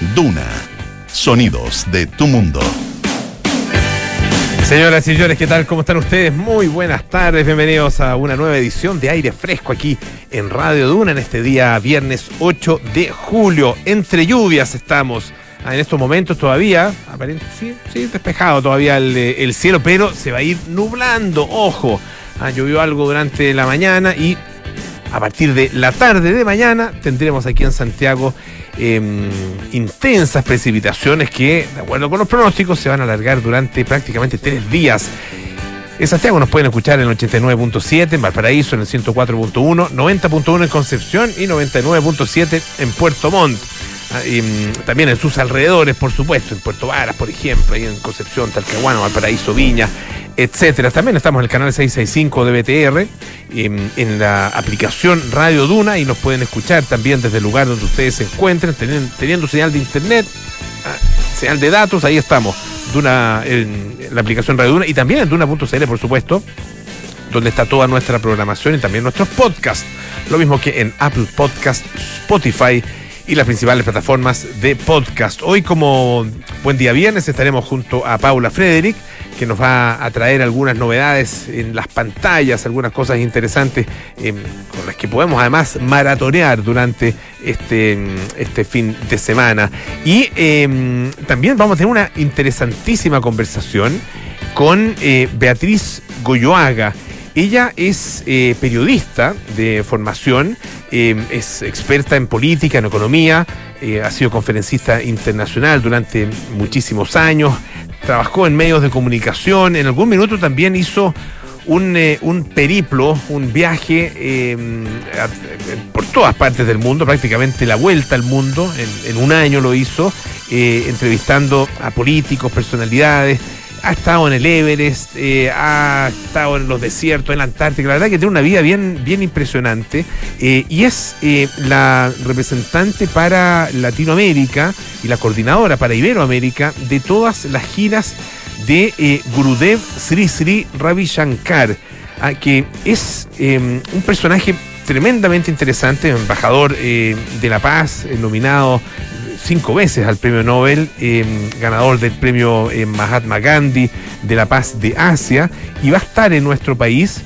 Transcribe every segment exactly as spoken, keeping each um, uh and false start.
Duna. Sonidos de tu mundo. Señoras y señores, ¿qué tal? ¿Cómo están ustedes? Muy buenas tardes, bienvenidos a una nueva edición de Aire Fresco aquí en Radio Duna en este día viernes ocho de julio. Entre lluvias estamos en estos momentos todavía, aparente, sí, sí, despejado todavía el, el cielo, pero se va a ir nublando, ojo. Ah, llovió algo durante la mañana y a partir de la tarde de mañana tendremos aquí en Santiago Eh, intensas precipitaciones que, de acuerdo con los pronósticos, se van a alargar durante prácticamente tres días. En Santiago nos pueden escuchar en el ochenta y nueve punto siete, en Valparaíso en el ciento cuatro punto uno, noventa punto uno en Concepción y noventa y nueve punto siete en Puerto Montt. Y, um, también en sus alrededores, por supuesto, en Puerto Varas, por ejemplo, ahí en Concepción, Talcahuano, Valparaíso, Viña, etcétera. También estamos en el canal seiscientos sesenta y cinco de B T R, en, en la aplicación Radio Duna, y nos pueden escuchar también desde el lugar donde ustedes se encuentren, teniendo, teniendo señal de internet, señal de datos. Ahí estamos, Duna, en, en la aplicación Radio Duna, y también en Duna punto C L, por supuesto, donde está toda nuestra programación y también nuestros podcasts, lo mismo que en Apple Podcast, Spotify y las principales plataformas de podcast. Hoy, como buen día viernes, estaremos junto a Paula Frederick, que nos va a traer algunas novedades en las pantallas, algunas cosas interesantes eh, con las que podemos además maratonear durante este, este fin de semana. Y eh, también vamos a tener una interesantísima conversación con eh, Beatriz Goyoaga. Ella es eh, periodista de formación, eh, es experta en política, en economía, eh, ha sido conferencista internacional durante muchísimos años, trabajó en medios de comunicación, en algún minuto también hizo un, eh, un periplo, un viaje eh, a, por todas partes del mundo, prácticamente la vuelta al mundo, en, en un año lo hizo, eh, entrevistando a políticos, personalidades. Ha estado en el Everest, eh, ha estado en los desiertos, en la Antártica. La verdad que tiene una vida bien, bien impresionante. Eh, y es eh, la representante para Latinoamérica y la coordinadora para Iberoamérica de todas las giras de eh, Gurudev Sri Sri Ravi Shankar, ah, que es eh, un personaje tremendamente interesante, embajador eh, de la paz, eh, nominado cinco veces al premio Nobel, eh, ganador del premio eh, Mahatma Gandhi de la paz de Asia, y va a estar en nuestro país,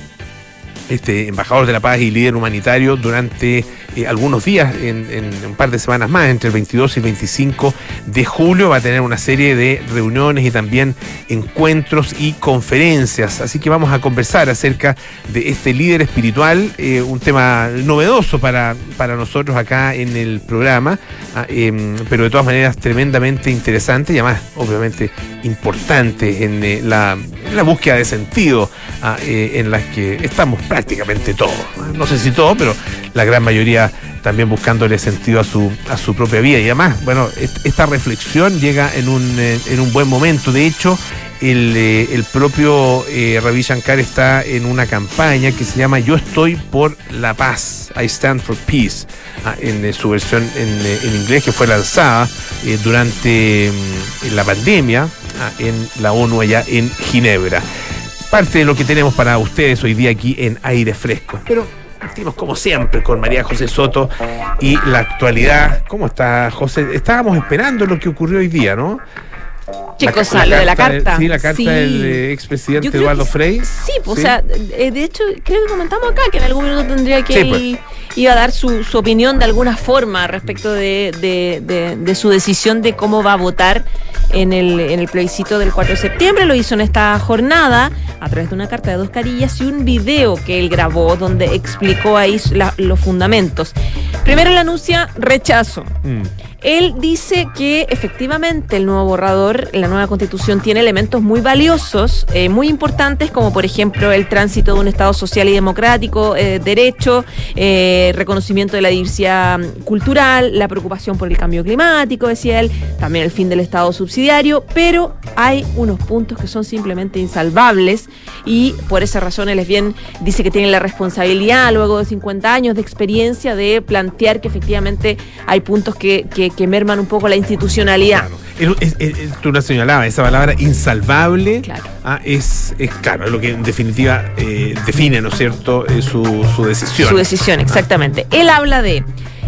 este embajador de la paz y líder humanitario, durante eh, algunos días, en, en un par de semanas más, entre el veintidós y el veinticinco de julio. Va a tener una serie de reuniones y también encuentros y conferencias, así que vamos a conversar acerca de este líder espiritual, eh, un tema novedoso para, para nosotros acá en el programa, eh, pero de todas maneras tremendamente interesante y además obviamente importante en eh, la, en la búsqueda de sentido eh, en la que estamos prácticamente todos, no sé si todos, pero la gran mayoría también buscándole sentido a su a su propia vida. Y además, bueno, esta reflexión llega en un en un buen momento. De hecho, el, el propio eh, Ravi Shankar está en una campaña que se llama Yo estoy por la paz, I stand for peace, ah, en eh, su versión en, en inglés, que fue lanzada eh, durante eh, la pandemia ah, en la ONU allá en Ginebra. Parte de lo que tenemos para ustedes hoy día aquí en Aire Fresco. Pero partimos como siempre con María José Soto y la actualidad. ¿Cómo está, José? Estábamos esperando lo que ocurrió hoy día, ¿no? ¿Qué la, cosa? La lo carta, de la carta. Sí, la carta sí. del eh, expresidente Eduardo que, Frei. Sí, pues, ¿sí? O sea, de hecho, creo que comentamos acá que en algún minuto tendría que sí, él pues. iba a dar su, su opinión de alguna forma respecto de, de, de, de su decisión de cómo va a votar en el, en el plebiscito del cuatro de septiembre. Lo hizo en esta jornada a través de una carta de dos carillas y un video que él grabó donde explicó ahí la, los fundamentos. Primero él anuncia rechazo. Mm. Él dice que efectivamente el nuevo borrador, la nueva constitución, tiene elementos muy valiosos, eh, muy importantes, como por ejemplo el tránsito de un Estado social y democrático, eh, derecho, eh, reconocimiento de la diversidad cultural, la preocupación por el cambio climático, decía él, también el fin del Estado subsidiario, pero hay unos puntos que son simplemente insalvables y por esa razón él es bien, dice que tiene la responsabilidad, luego de cincuenta años de experiencia, de plantear que efectivamente hay puntos que, que que merman un poco la institucionalidad. Claro. El, el, el, tú lo señalabas, esa palabra insalvable, claro. ah, es, es claro, es lo que en definitiva eh, define, ¿no es cierto?, eh, su, su decisión. Su decisión, exactamente. Ah. Él habla de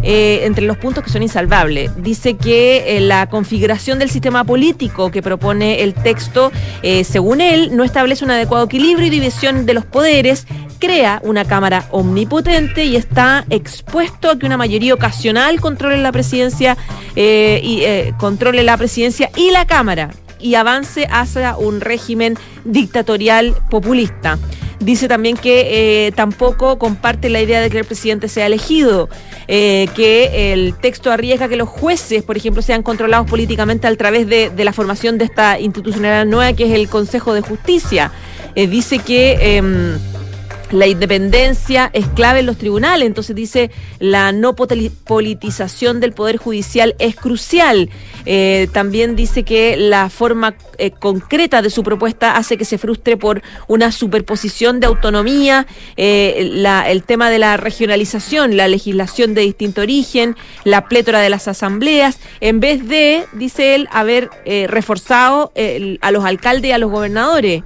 eh, entre los puntos que son insalvables. Dice que eh, la configuración del sistema político que propone el texto, eh, según él, no establece un adecuado equilibrio y división de los poderes, crea una Cámara omnipotente y está expuesto a que una mayoría ocasional controle la presidencia eh, y eh, controle la presidencia y la Cámara y avance hacia un régimen dictatorial populista. Dice también que eh, tampoco comparte la idea de que el presidente sea elegido, eh, que el texto arriesga que los jueces, por ejemplo, sean controlados políticamente a través de, de la formación de esta institucionalidad nueva que es el Consejo de Justicia. Eh, dice que Eh, la independencia es clave en los tribunales, entonces dice la no politización del Poder Judicial es crucial. Eh, también dice que la forma eh, concreta de su propuesta hace que se frustre por una superposición de autonomía, eh, la, el tema de la regionalización, la legislación de distinto origen, la plétora de las asambleas, en vez de, dice él, haber eh, reforzado eh, a los alcaldes y a los gobernadores.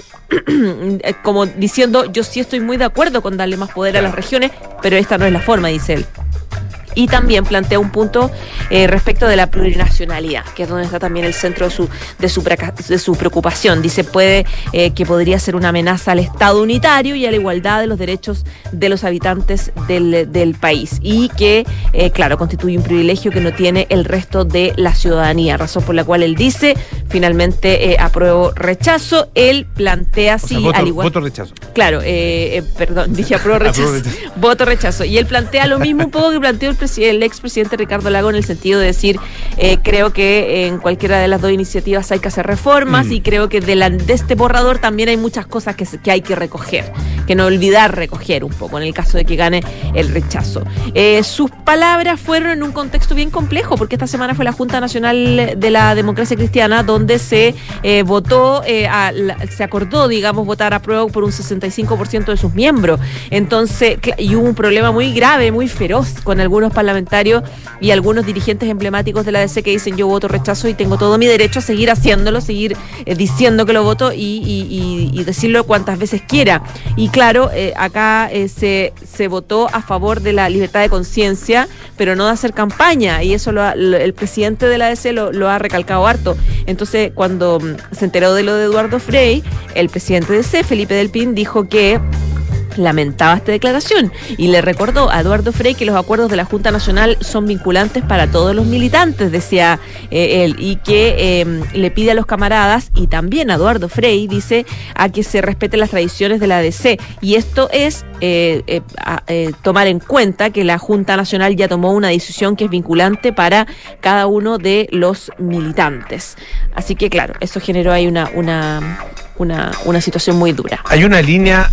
Como diciendo, yo sí estoy muy de acuerdo con darle más poder a las regiones, pero esta no es la forma, dice él. Y también plantea un punto eh, respecto de la plurinacionalidad, que es donde está también el centro de su de su, de su preocupación. Dice puede eh, que podría ser una amenaza al Estado unitario y a la igualdad de los derechos de los habitantes del, del país. Y que, eh, claro, constituye un privilegio que no tiene el resto de la ciudadanía. Razón por la cual él dice, finalmente, eh, apruebo rechazo. Él plantea así, o sea, voto, al igual... voto rechazo. Claro, eh, eh, perdón, dije apruebo rechazo. rechazo. Voto rechazo. Y él plantea lo mismo un poco que planteó el el expresidente Ricardo Lagos, en el sentido de decir, eh, creo que en cualquiera de las dos iniciativas hay que hacer reformas mm. y creo que de, la, de este borrador también hay muchas cosas que, que hay que recoger, que no olvidar recoger un poco en el caso de que gane el rechazo. Eh, sus palabras fueron en un contexto bien complejo, porque esta semana fue la Junta Nacional de la Democracia Cristiana donde se eh, votó, eh, a, la, se acordó, digamos, votar a prueba por un sesenta y cinco por ciento de sus miembros. Entonces, y hubo un problema muy grave, muy feroz con algunos parlamentarios y algunos dirigentes emblemáticos de la D C que dicen yo voto rechazo y tengo todo mi derecho a seguir haciéndolo, seguir eh, diciendo que lo voto y, y, y, y decirlo cuantas veces quiera. Y claro, eh, acá eh, se, se votó a favor de la libertad de conciencia, pero no de hacer campaña, y eso lo ha, lo, el presidente de la D C lo, lo ha recalcado harto. Entonces, cuando se enteró de lo de Eduardo Frei, el presidente de D C, Felipe Del Pin, dijo que lamentaba esta declaración y le recordó a Eduardo Frei que los acuerdos de la Junta Nacional son vinculantes para todos los militantes, decía eh, él, y que eh, le pide a los camaradas y también a Eduardo Frei, dice, a que se respeten las tradiciones de la D C, y esto es eh, eh, a, eh, tomar en cuenta que la Junta Nacional ya tomó una decisión que es vinculante para cada uno de los militantes. Así que claro, eso generó ahí una, una, una, una situación muy dura. Hay una línea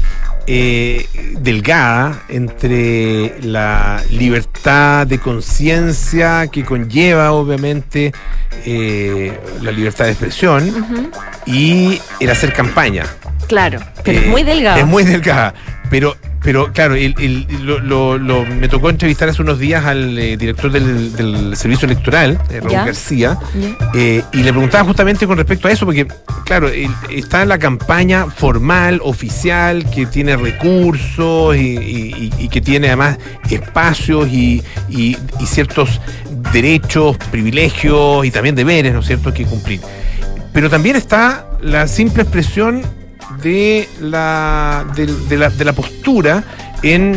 Eh, delgada entre la libertad de conciencia que conlleva obviamente eh, la libertad de expresión uh-huh. y el hacer campaña. Claro, pero eh, es muy delgada. Es muy delgada, pero pero claro, el, el, lo, lo, lo, me tocó entrevistar hace unos días al eh, director del, del Servicio Electoral, eh, Raúl ¿Ya? García, ¿Ya? Eh, y le preguntaba justamente con respecto a eso, porque claro, el, está la campaña formal, oficial, que tiene recursos y, y, y que tiene además espacios y, y, y ciertos derechos, privilegios y también deberes, ¿no es cierto?, que cumplir. Pero también está la simple expresión de la, de, de la de la postura en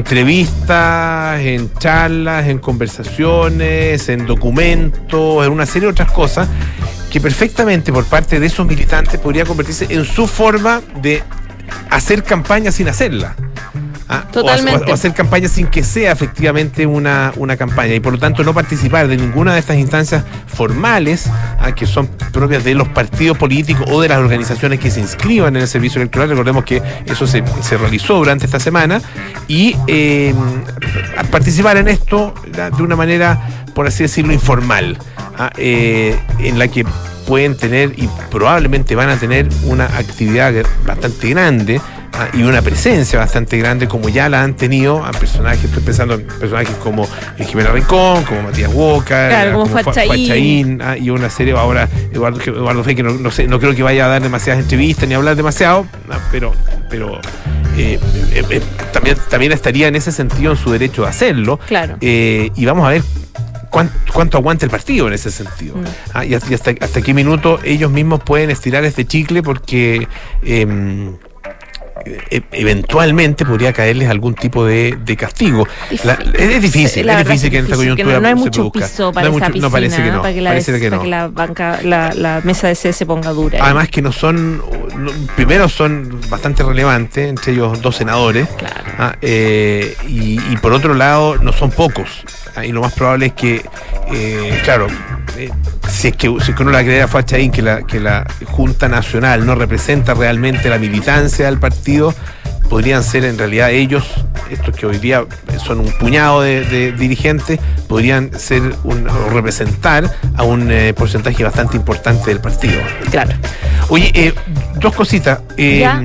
entrevistas, en charlas, en conversaciones, en documentos, en una serie de otras cosas que perfectamente por parte de esos militantes podría convertirse en su forma de hacer campaña sin hacerla. Ah, Totalmente. O, o hacer campaña sin que sea efectivamente una, una campaña, y por lo tanto no participar de ninguna de estas instancias formales ah, que son propias de los partidos políticos o de las organizaciones que se inscriban en el servicio electoral. Recordemos que eso se, se realizó durante esta semana, y eh, participar en esto de una manera, por así decirlo, informal, ah, eh, en la que pueden tener y probablemente van a tener una actividad bastante grande ah, y una presencia bastante grande, como ya la han tenido a personajes, estoy pensando en personajes como Jimena Rincón, como Matías Walker, claro, como, como Fachaín, ah, y una serie ahora Eduardo, Eduardo Frei, que no, no sé, no creo que vaya a dar demasiadas entrevistas ni a hablar demasiado, ah, pero pero eh, eh, eh, también, también estaría en ese sentido en su derecho de hacerlo. Claro. Eh, y vamos a ver cuánto, cuánto aguanta el partido en ese sentido. Mm. Ah, y hasta, hasta qué minuto ellos mismos pueden estirar este chicle, porque eh, E- eventualmente podría caerles algún tipo de, de castigo. La, es difícil, la es difícil que en esta coyuntura que no, no hay se mucho produzca. piso para no, esa mucho, piscina, no parece que no, para que la, parece des, que no. para que la banca, la, la mesa de C se ponga dura. Además que no son, no, primero son bastante relevantes, entre ellos dos senadores, claro. ah, eh, y, y por otro lado no son pocos. Ah, y lo más probable es que, eh, claro, eh, si es que si es que uno la cree a Fachaín, que la, que la Junta Nacional no representa realmente la militancia del partido, podrían ser en realidad ellos, estos que hoy día son un puñado de, de dirigentes, podrían ser un, o representar a un eh, porcentaje bastante importante del partido. Claro. Oye, eh, dos cositas. Eh, ¿Ya?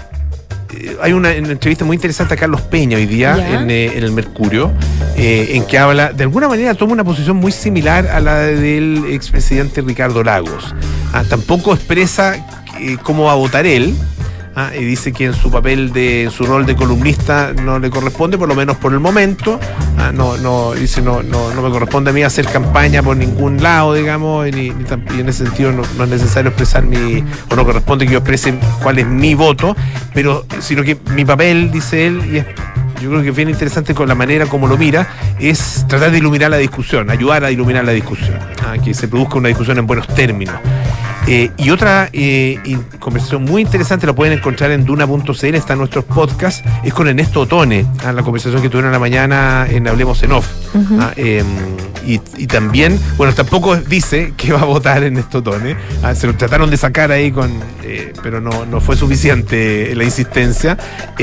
Hay una, una entrevista muy interesante a Carlos Peña hoy día en, eh, en el Mercurio, eh, en que habla, de alguna manera toma una posición muy similar a la del expresidente Ricardo Lagos. Ah, tampoco expresa eh, cómo va a votar él. Ah, y dice que en su papel de, en su rol de columnista no le corresponde, por lo menos por el momento. Ah, no, no, dice no, no, no me corresponde a mí hacer campaña por ningún lado, digamos, y, ni, ni, y en ese sentido no, no es necesario expresar mi, o no corresponde que yo exprese cuál es mi voto, pero sino que mi papel, dice él, y es, yo creo que es bien interesante con la manera como lo mira, es tratar de iluminar la discusión, ayudar a iluminar la discusión, ah, que se produzca una discusión en buenos términos. Eh, y otra eh, conversación muy interesante, la pueden encontrar en duna punto c l, está en nuestros podcasts, es con Ernesto Otone, ah, la conversación que tuvieron en la mañana en Hablemos en Off. Uh-huh. ah, eh, y, y también, bueno, tampoco dice que va a votar Ernesto Otone, ah, se lo trataron de sacar ahí, con, eh, pero no, no fue suficiente la insistencia.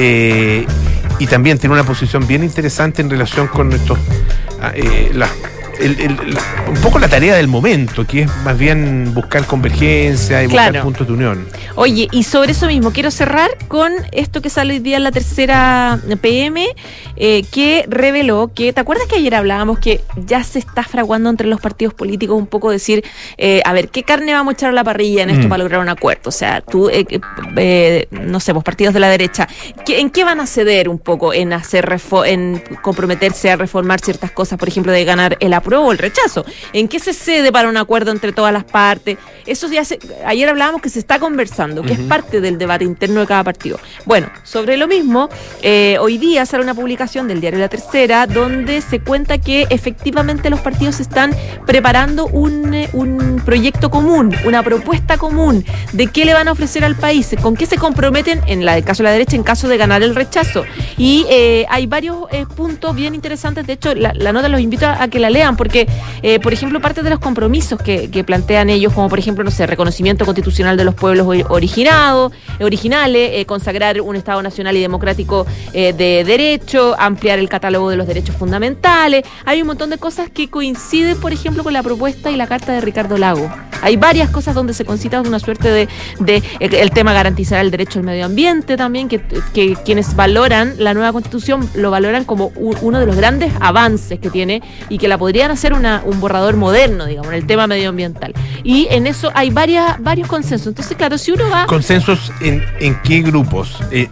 Eh, y también tiene una posición bien interesante en relación con estos... Ah, eh, las El, el, la, un poco la tarea del momento, que es más bien buscar convergencia y buscar claro. puntos de unión. Oye, y sobre eso mismo, quiero cerrar con esto que sale hoy día en la tercera P M, eh, que reveló que, ¿te acuerdas que ayer hablábamos que ya se está fraguando entre los partidos políticos un poco decir, eh, a ver, ¿qué carne vamos a echar a la parrilla en esto mm. para lograr un acuerdo? O sea, tú, eh, eh, no sé, pues partidos de la derecha, ¿qué, ¿en qué van a ceder un poco? En hacer refo- en comprometerse a reformar ciertas cosas, por ejemplo, de ganar el apoyo o el rechazo. ¿En qué se cede para un acuerdo entre todas las partes? Eso ya se, ayer hablábamos que se está conversando, que uh-huh. es parte del debate interno de cada partido. Bueno, sobre lo mismo, eh, hoy día sale una publicación del diario La Tercera donde se cuenta que efectivamente los partidos están preparando un, un proyecto común, una propuesta común de qué le van a ofrecer al país, con qué se comprometen, en la, el caso de la derecha, en caso de ganar el rechazo. Y eh, hay varios eh, puntos bien interesantes. De hecho, la, la nota los invito a, a que la lean, porque, eh, por ejemplo, parte de los compromisos que, que plantean ellos, como por ejemplo, no sé, reconocimiento constitucional de los pueblos originados, originales, eh, consagrar un Estado nacional y democrático eh, de derecho, ampliar el catálogo de los derechos fundamentales. Hay un montón de cosas que coinciden, por ejemplo, con la propuesta y la carta de Ricardo Lagos. Hay varias cosas donde se concita una suerte de, de el, el tema garantizar el derecho al medio ambiente también, que, que quienes valoran la nueva Constitución lo valoran como un, uno de los grandes avances que tiene y que la podrían hacer una, un borrador moderno, digamos, en el tema medioambiental. Y en eso hay varias, varios consensos. Entonces, claro, si uno va... ¿Consensos en, en qué grupos? Eh,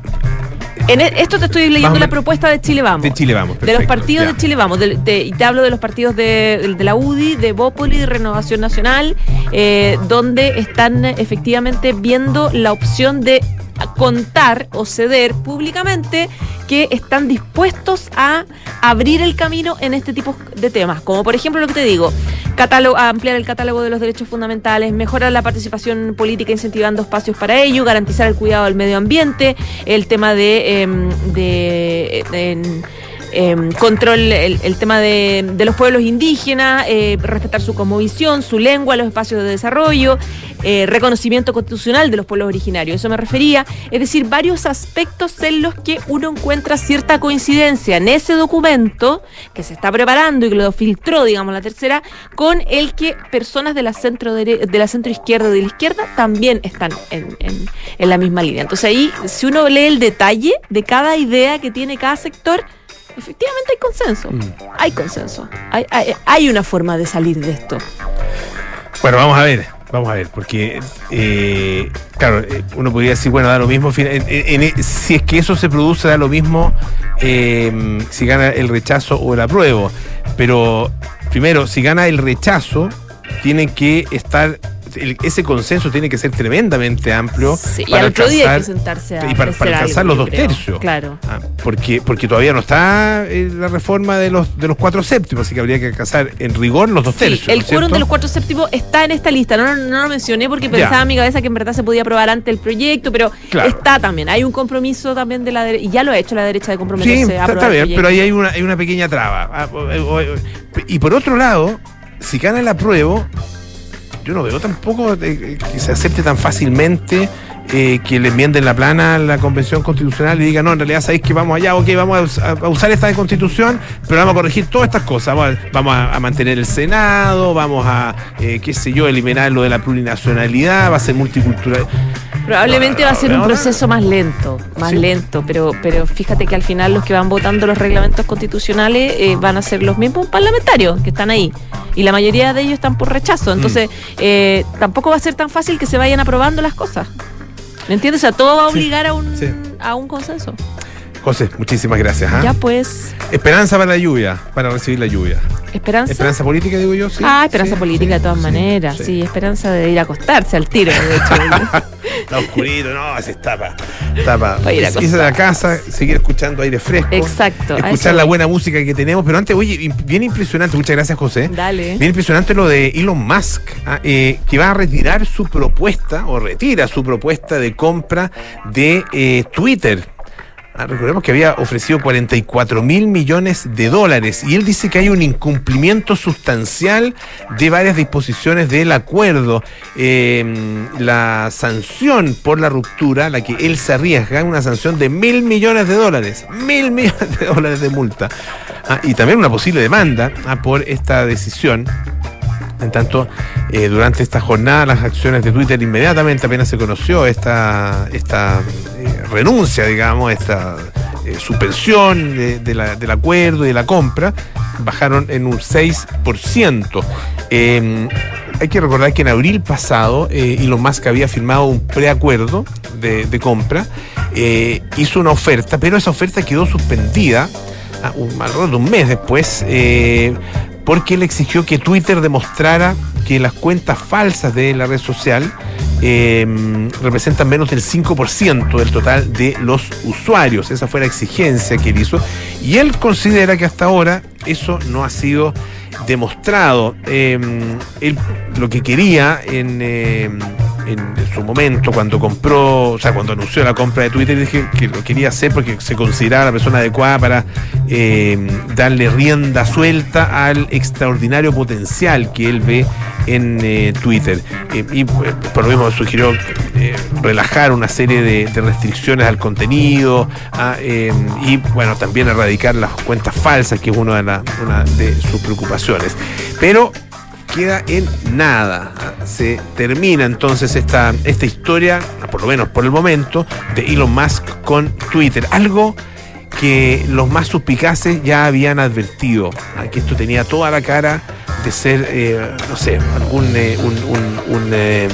En el, esto te estoy leyendo la propuesta de Chile Vamos. De Chile Vamos, perfecto. De los partidos ya. de Chile Vamos. De, de, y te hablo de los partidos de, de, de la U D I, de Bópoli, de Renovación Nacional, eh, donde están efectivamente viendo la opción de contar o ceder públicamente que están dispuestos a abrir el camino en este tipo de temas, como por ejemplo lo que te digo, catálogo, ampliar el catálogo de los derechos fundamentales, mejorar la participación política incentivando espacios para ello, garantizar el cuidado del medio ambiente, el tema de, eh, de, de, de Eh, control, el, el tema de, de los pueblos indígenas, eh, respetar su cosmovisión, su lengua, los espacios de desarrollo, eh, reconocimiento constitucional de los pueblos originarios, eso me refería, es decir, varios aspectos en los que uno encuentra cierta coincidencia en ese documento que se está preparando y que lo filtró, digamos, La Tercera, con el que personas de la centro dere- de la centro izquierda y de la izquierda también están en, en, en la misma línea. Entonces ahí, si uno lee el detalle de cada idea que tiene cada sector, efectivamente hay consenso, mm. hay consenso, hay, hay, hay una forma de salir de esto. Bueno, vamos a ver. Vamos a ver, porque, eh, claro, uno podría decir, bueno, da lo mismo, en, en, en, si es que eso se produce, da lo mismo eh, si gana el rechazo o el apruebo. Pero, primero, si gana el rechazo, tiene que estar... El, ese consenso tiene que ser tremendamente amplio. Sí, para y al otro alcanzar, día hay que sentarse a y para, para alcanzar algo, los dos creo. tercios. Claro. Ah, porque, porque todavía no está eh, la reforma de los de los cuatro séptimos, así que habría que alcanzar en rigor los dos Sí, tercios. el ¿no es quórum cierto? de los cuatro séptimos está en esta lista. No, no, no lo mencioné porque pensaba Ya. en mi cabeza que en verdad se podía aprobar antes el proyecto, pero Claro. está también. Hay un compromiso también de la derecha, y ya lo ha hecho la derecha de comprometerse Sí, a está, aprobar está el bien, proyecto. pero ahí hay una, hay una pequeña traba. Ah, o- o- o- Y por otro lado, si gana el apruebo, yo no veo tampoco eh, que se acepte tan fácilmente eh, que le enmienden la plana a la Convención Constitucional y digan, no, en realidad sabéis que vamos allá, ok, vamos a, a usar esta Constitución, pero vamos a corregir todas estas cosas. Vamos a, vamos a, a mantener el Senado, vamos a, eh, qué sé yo, eliminar lo de la plurinacionalidad, va a ser multicultural. Probablemente No, no, va a ser no, un no. proceso más lento, más Sí. lento, pero, pero fíjate que al final los que van votando los reglamentos constitucionales eh, van a ser los mismos parlamentarios que están ahí. Y la mayoría de ellos están por rechazo. Entonces, eh, tampoco va a ser tan fácil que se vayan aprobando las cosas. ¿Me entiendes? O sea, todo va a Sí, obligar a un, sí. a un consenso. José, muchísimas gracias. ¿ah? Ya pues, Esperanza para la lluvia, para recibir la lluvia. esperanza. Esperanza política, digo yo, sí. ah, esperanza Sí, política sí, de todas sí, maneras. Sí. sí. esperanza de ir a acostarse al tiro, de hecho. Está oscurito, no, se tapa. Tapa. Para ir a Irse de la casa, seguir escuchando aire fresco. Exacto, a eso Escuchar la voy. buena música que tenemos. Pero antes, oye, bien impresionante, muchas gracias, José. Dale. Bien impresionante lo de Elon Musk, ah, eh, que va a retirar su propuesta, o retira su propuesta de compra de eh, Twitter. Ah, recordemos que había ofrecido cuarenta y cuatro mil millones de dólares y él dice que hay un incumplimiento sustancial de varias disposiciones del acuerdo. Eh, la sanción por la ruptura, la que él se arriesga, una sanción de mil millones de dólares, mil millones de dólares de multa. Ah, y también una posible demanda ah, por esta decisión. En tanto, eh, durante esta jornada, las acciones de Twitter inmediatamente, apenas se conoció esta, esta eh, renuncia, digamos, esta eh, suspensión de, de la, del acuerdo y de la compra, bajaron en un seis por ciento. Eh, hay que recordar que en abril pasado, eh, Elon Musk había firmado un preacuerdo de, de compra, eh, hizo una oferta, pero esa oferta quedó suspendida ah, un, alrededor de un mes después, eh, porque él exigió que Twitter demostrara que las cuentas falsas de la red social eh, representan menos del cinco por ciento del total de los usuarios. Esa fue la exigencia que él hizo. Y él considera que hasta ahora eso no ha sido demostrado. Eh, él lo que quería en, eh, en su momento, cuando compró, o sea, cuando anunció la compra de Twitter, dije que lo quería hacer porque se consideraba la persona adecuada para eh, darle rienda suelta al extraordinario potencial que él ve en eh, Twitter. Eh, y pues, por lo mismo sugirió eh, relajar una serie de, de restricciones al contenido a, eh, y bueno, también erradicar las cuentas falsas, que es una de, la, una de sus preocupaciones. Pero queda en nada. Se termina entonces esta, esta historia, por lo menos por el momento, de Elon Musk con Twitter. Algo que los más suspicaces ya habían advertido, ¿ah? Que esto tenía toda la cara de ser, eh, no sé, algún eh, un, un, un, eh,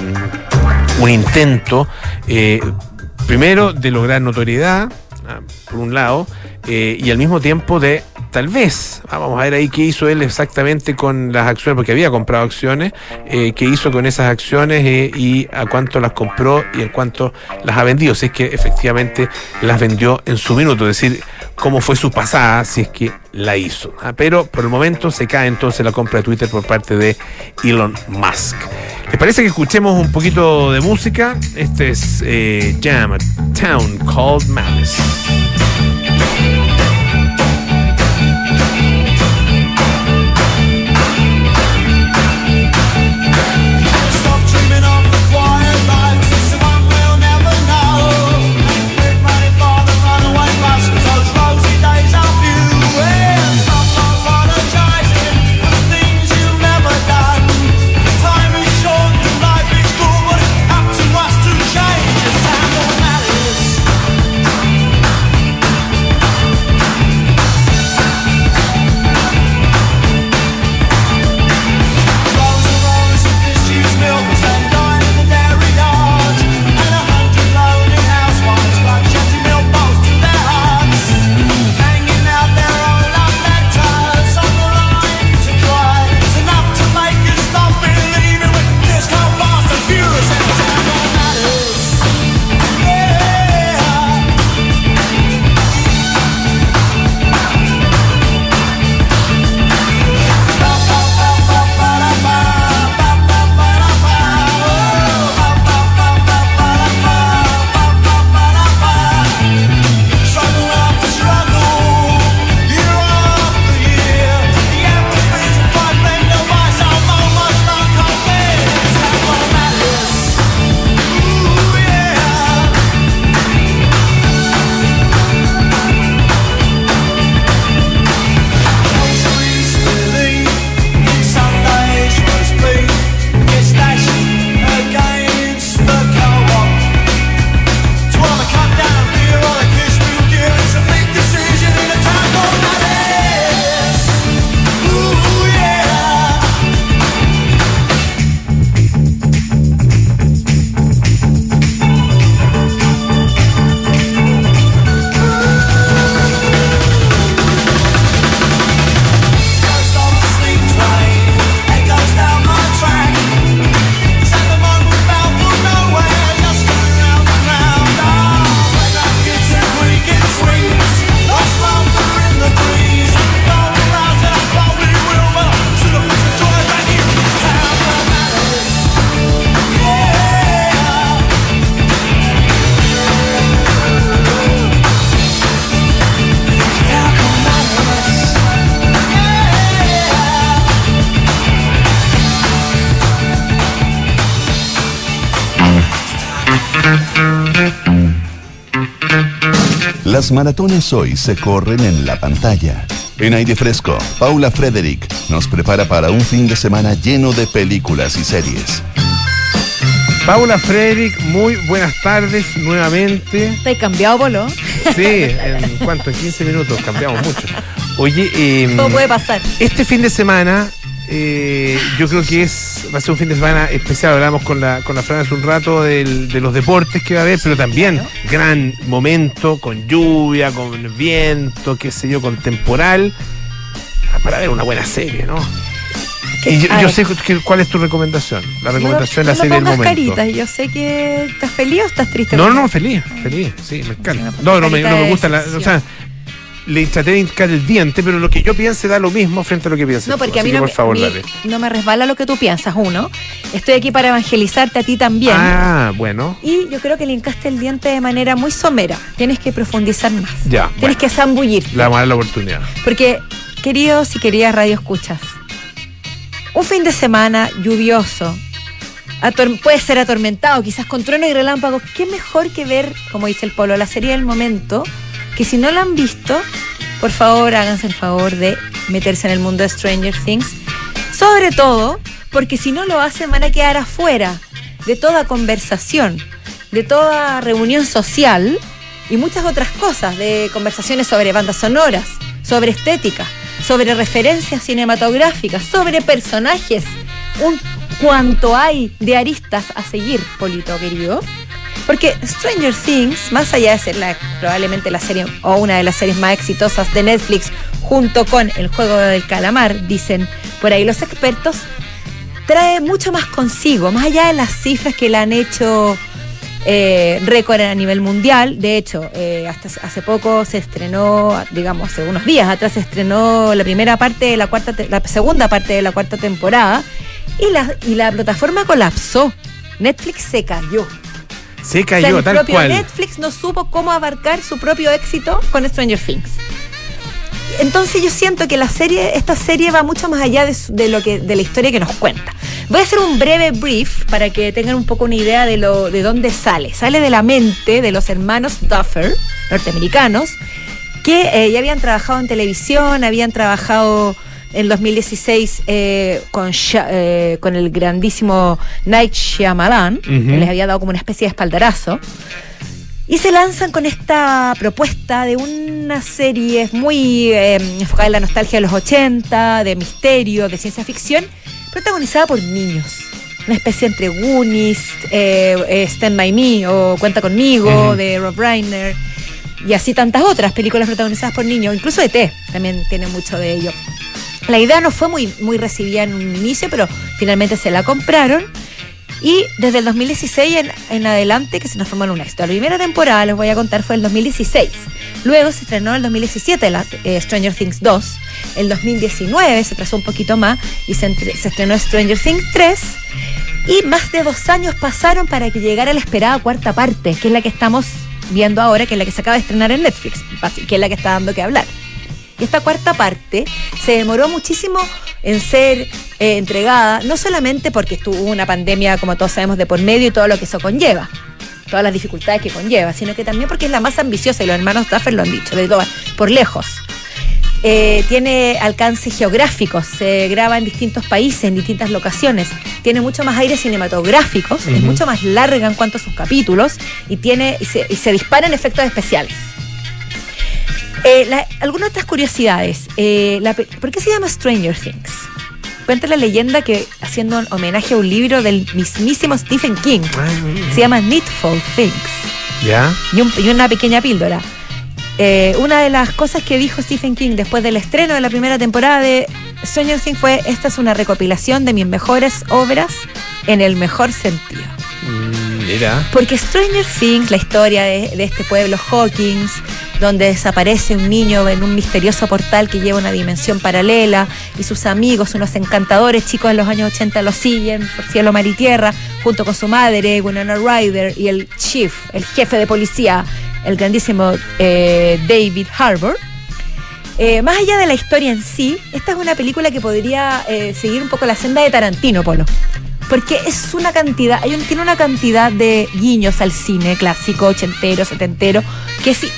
un intento, eh, primero de lograr notoriedad, ¿ah? Por un lado, eh, y al mismo tiempo de tal vez, ah, vamos a ver ahí qué hizo él exactamente con las acciones, porque había comprado acciones, eh, qué hizo con esas acciones eh, y a cuánto las compró y en cuánto las ha vendido, si es que efectivamente las vendió en su minuto, es decir, cómo fue su pasada, si es que la hizo. Ah, pero por el momento se cae entonces la compra de Twitter por parte de Elon Musk. ¿Les parece que escuchemos un poquito de música? Este es eh, Jam, A Town Called Malice. Change the sound of malice. Las maratones hoy se corren en la pantalla. En Aire Fresco, Paula Frederick nos prepara para un fin de semana lleno de películas y series. Paula Frederick, muy buenas tardes nuevamente. ¿Te has cambiado, Polo? Sí, ¿en cuánto? En quince minutos, cambiamos mucho. Oye, eh, todo puede pasar. Este fin de semana, eh, yo creo que es va a ser un fin de semana especial. Hablamos con la con la Fran hace un rato del, de los deportes que va a haber, pero también claro. Gran momento, con lluvia, con viento, qué sé yo, con temporal, para ver una buena serie, ¿no? Y yo, yo sé que, cuál es tu recomendación. La recomendación no, de la serie del momento. Caritas. Yo sé que estás feliz o estás triste. No, no, feliz, feliz, sí, me encanta. No, no me, no me gusta la, o sea, le traté de hincar el diente, pero lo que yo piense da lo mismo frente a lo que pienses. No, porque tú. a mí, Así no, que, por favor, mí dale. no me resbala lo que tú piensas, uno. Estoy aquí para evangelizarte a ti también. Ah, bueno. Y yo creo que le hincaste el diente de manera muy somera. Tienes que profundizar más. Ya. Tienes bueno. que zambullir. Le vamos a dar la oportunidad. Porque, queridos y queridas radioescuchas, un fin de semana lluvioso, ator- puede ser atormentado, quizás con trueno y relámpagos. ¿Qué mejor que ver, como dice el Polo, la serie del momento? Que si no la han visto, por favor, háganse el favor de meterse en el mundo de Stranger Things. Sobre todo, porque si no lo hacen, van a quedar afuera de toda conversación, de toda reunión social y muchas otras cosas, de conversaciones sobre bandas sonoras, sobre estética, sobre referencias cinematográficas, sobre personajes, un cuanto hay de aristas a seguir, Polito querido. Porque Stranger Things, más allá de ser la, probablemente la serie o una de las series más exitosas de Netflix, junto con El Juego del Calamar, dicen por ahí los expertos, trae mucho más consigo, más allá de las cifras que la han hecho Eh, récord a nivel mundial. De hecho, eh, hasta hace poco se estrenó, digamos, hace unos días atrás se estrenó la primera parte de la cuarta, te- la segunda parte de la cuarta temporada y la, y la plataforma colapsó. Netflix se cayó. Se O sea, cayó, el tal propio cual. Netflix no supo cómo abarcar su propio éxito con Stranger Things. Entonces yo siento que la serie, esta serie va mucho más allá de, su- de lo que, de la historia que nos cuenta. Voy a hacer un breve brief para que tengan un poco una idea de lo, de dónde sale. Sale de la mente de los hermanos Duffer, norteamericanos, que eh, ya habían trabajado en televisión, habían trabajado en dos mil dieciséis eh, con, Sha- eh, con el grandísimo Night Shyamalan, Ujú. que les había dado como una especie de espaldarazo. Y se lanzan con esta propuesta de una serie muy eh, enfocada en la nostalgia de los ochenta, de misterio, de ciencia ficción, protagonizada por niños. Una especie entre Goonies, eh, eh, Stand By Me o Cuenta Conmigo, Ujú. de Rob Reiner, y así tantas otras películas protagonizadas por niños. Incluso E T también tiene mucho de ello. La idea no fue muy, muy recibida en un inicio, pero finalmente se la compraron. Y desde el dos mil dieciséis en, en adelante que se transformó en un éxito. La primera temporada, les voy a contar, fue el dos mil dieciséis. Luego se estrenó en el dos mil diecisiete la, eh, Stranger Things dos. El dos mil diecinueve se trazó un poquito más y se, entre, se estrenó Stranger Things tres. Y más de dos años pasaron para que llegara la esperada cuarta parte, que es la que estamos viendo ahora, que es la que se acaba de estrenar en Netflix, que es la que está dando que hablar. Y esta cuarta parte se demoró muchísimo en ser eh, entregada, no solamente porque estuvo una pandemia, como todos sabemos, de por medio y todo lo que eso conlleva, todas las dificultades que conlleva, sino que también porque es la más ambiciosa, y los hermanos Duffer lo han dicho, de todas, por lejos. Eh, tiene alcance geográfico, se graba en distintos países, en distintas locaciones, tiene mucho más aires cinematográficos, uh-huh. Es mucho más larga en cuanto a sus capítulos y, tiene, y, se, y se disparan efectos especiales. Eh, la, algunas otras curiosidades. Eh, la, ¿Por qué se llama Stranger Things? Cuenta la leyenda que, haciendo un homenaje a un libro del mismísimo Stephen King, se llama Needful Things. ¿Ya? Y, un, y una pequeña píldora. Eh, una de las cosas que dijo Stephen King después del estreno de la primera temporada de Stranger Things fue: esta es una recopilación de mis mejores obras en el mejor sentido. Mm, mira. Porque Stranger Things, la historia de, de este pueblo Hawkins, donde desaparece un niño en un misterioso portal que lleva una dimensión paralela, y sus amigos, unos encantadores chicos de los años ochenta, lo siguen por cielo, mar y tierra, junto con su madre, Winona Ryder, y el chief, el jefe de policía, el grandísimo eh, David Harbour. Eh, más allá de la historia en sí, esta es una película que podría eh, seguir un poco la senda de Tarantino, Polo. Porque es una cantidad, hay un, tiene una cantidad de guiños al cine clásico, ochentero, setentero, que es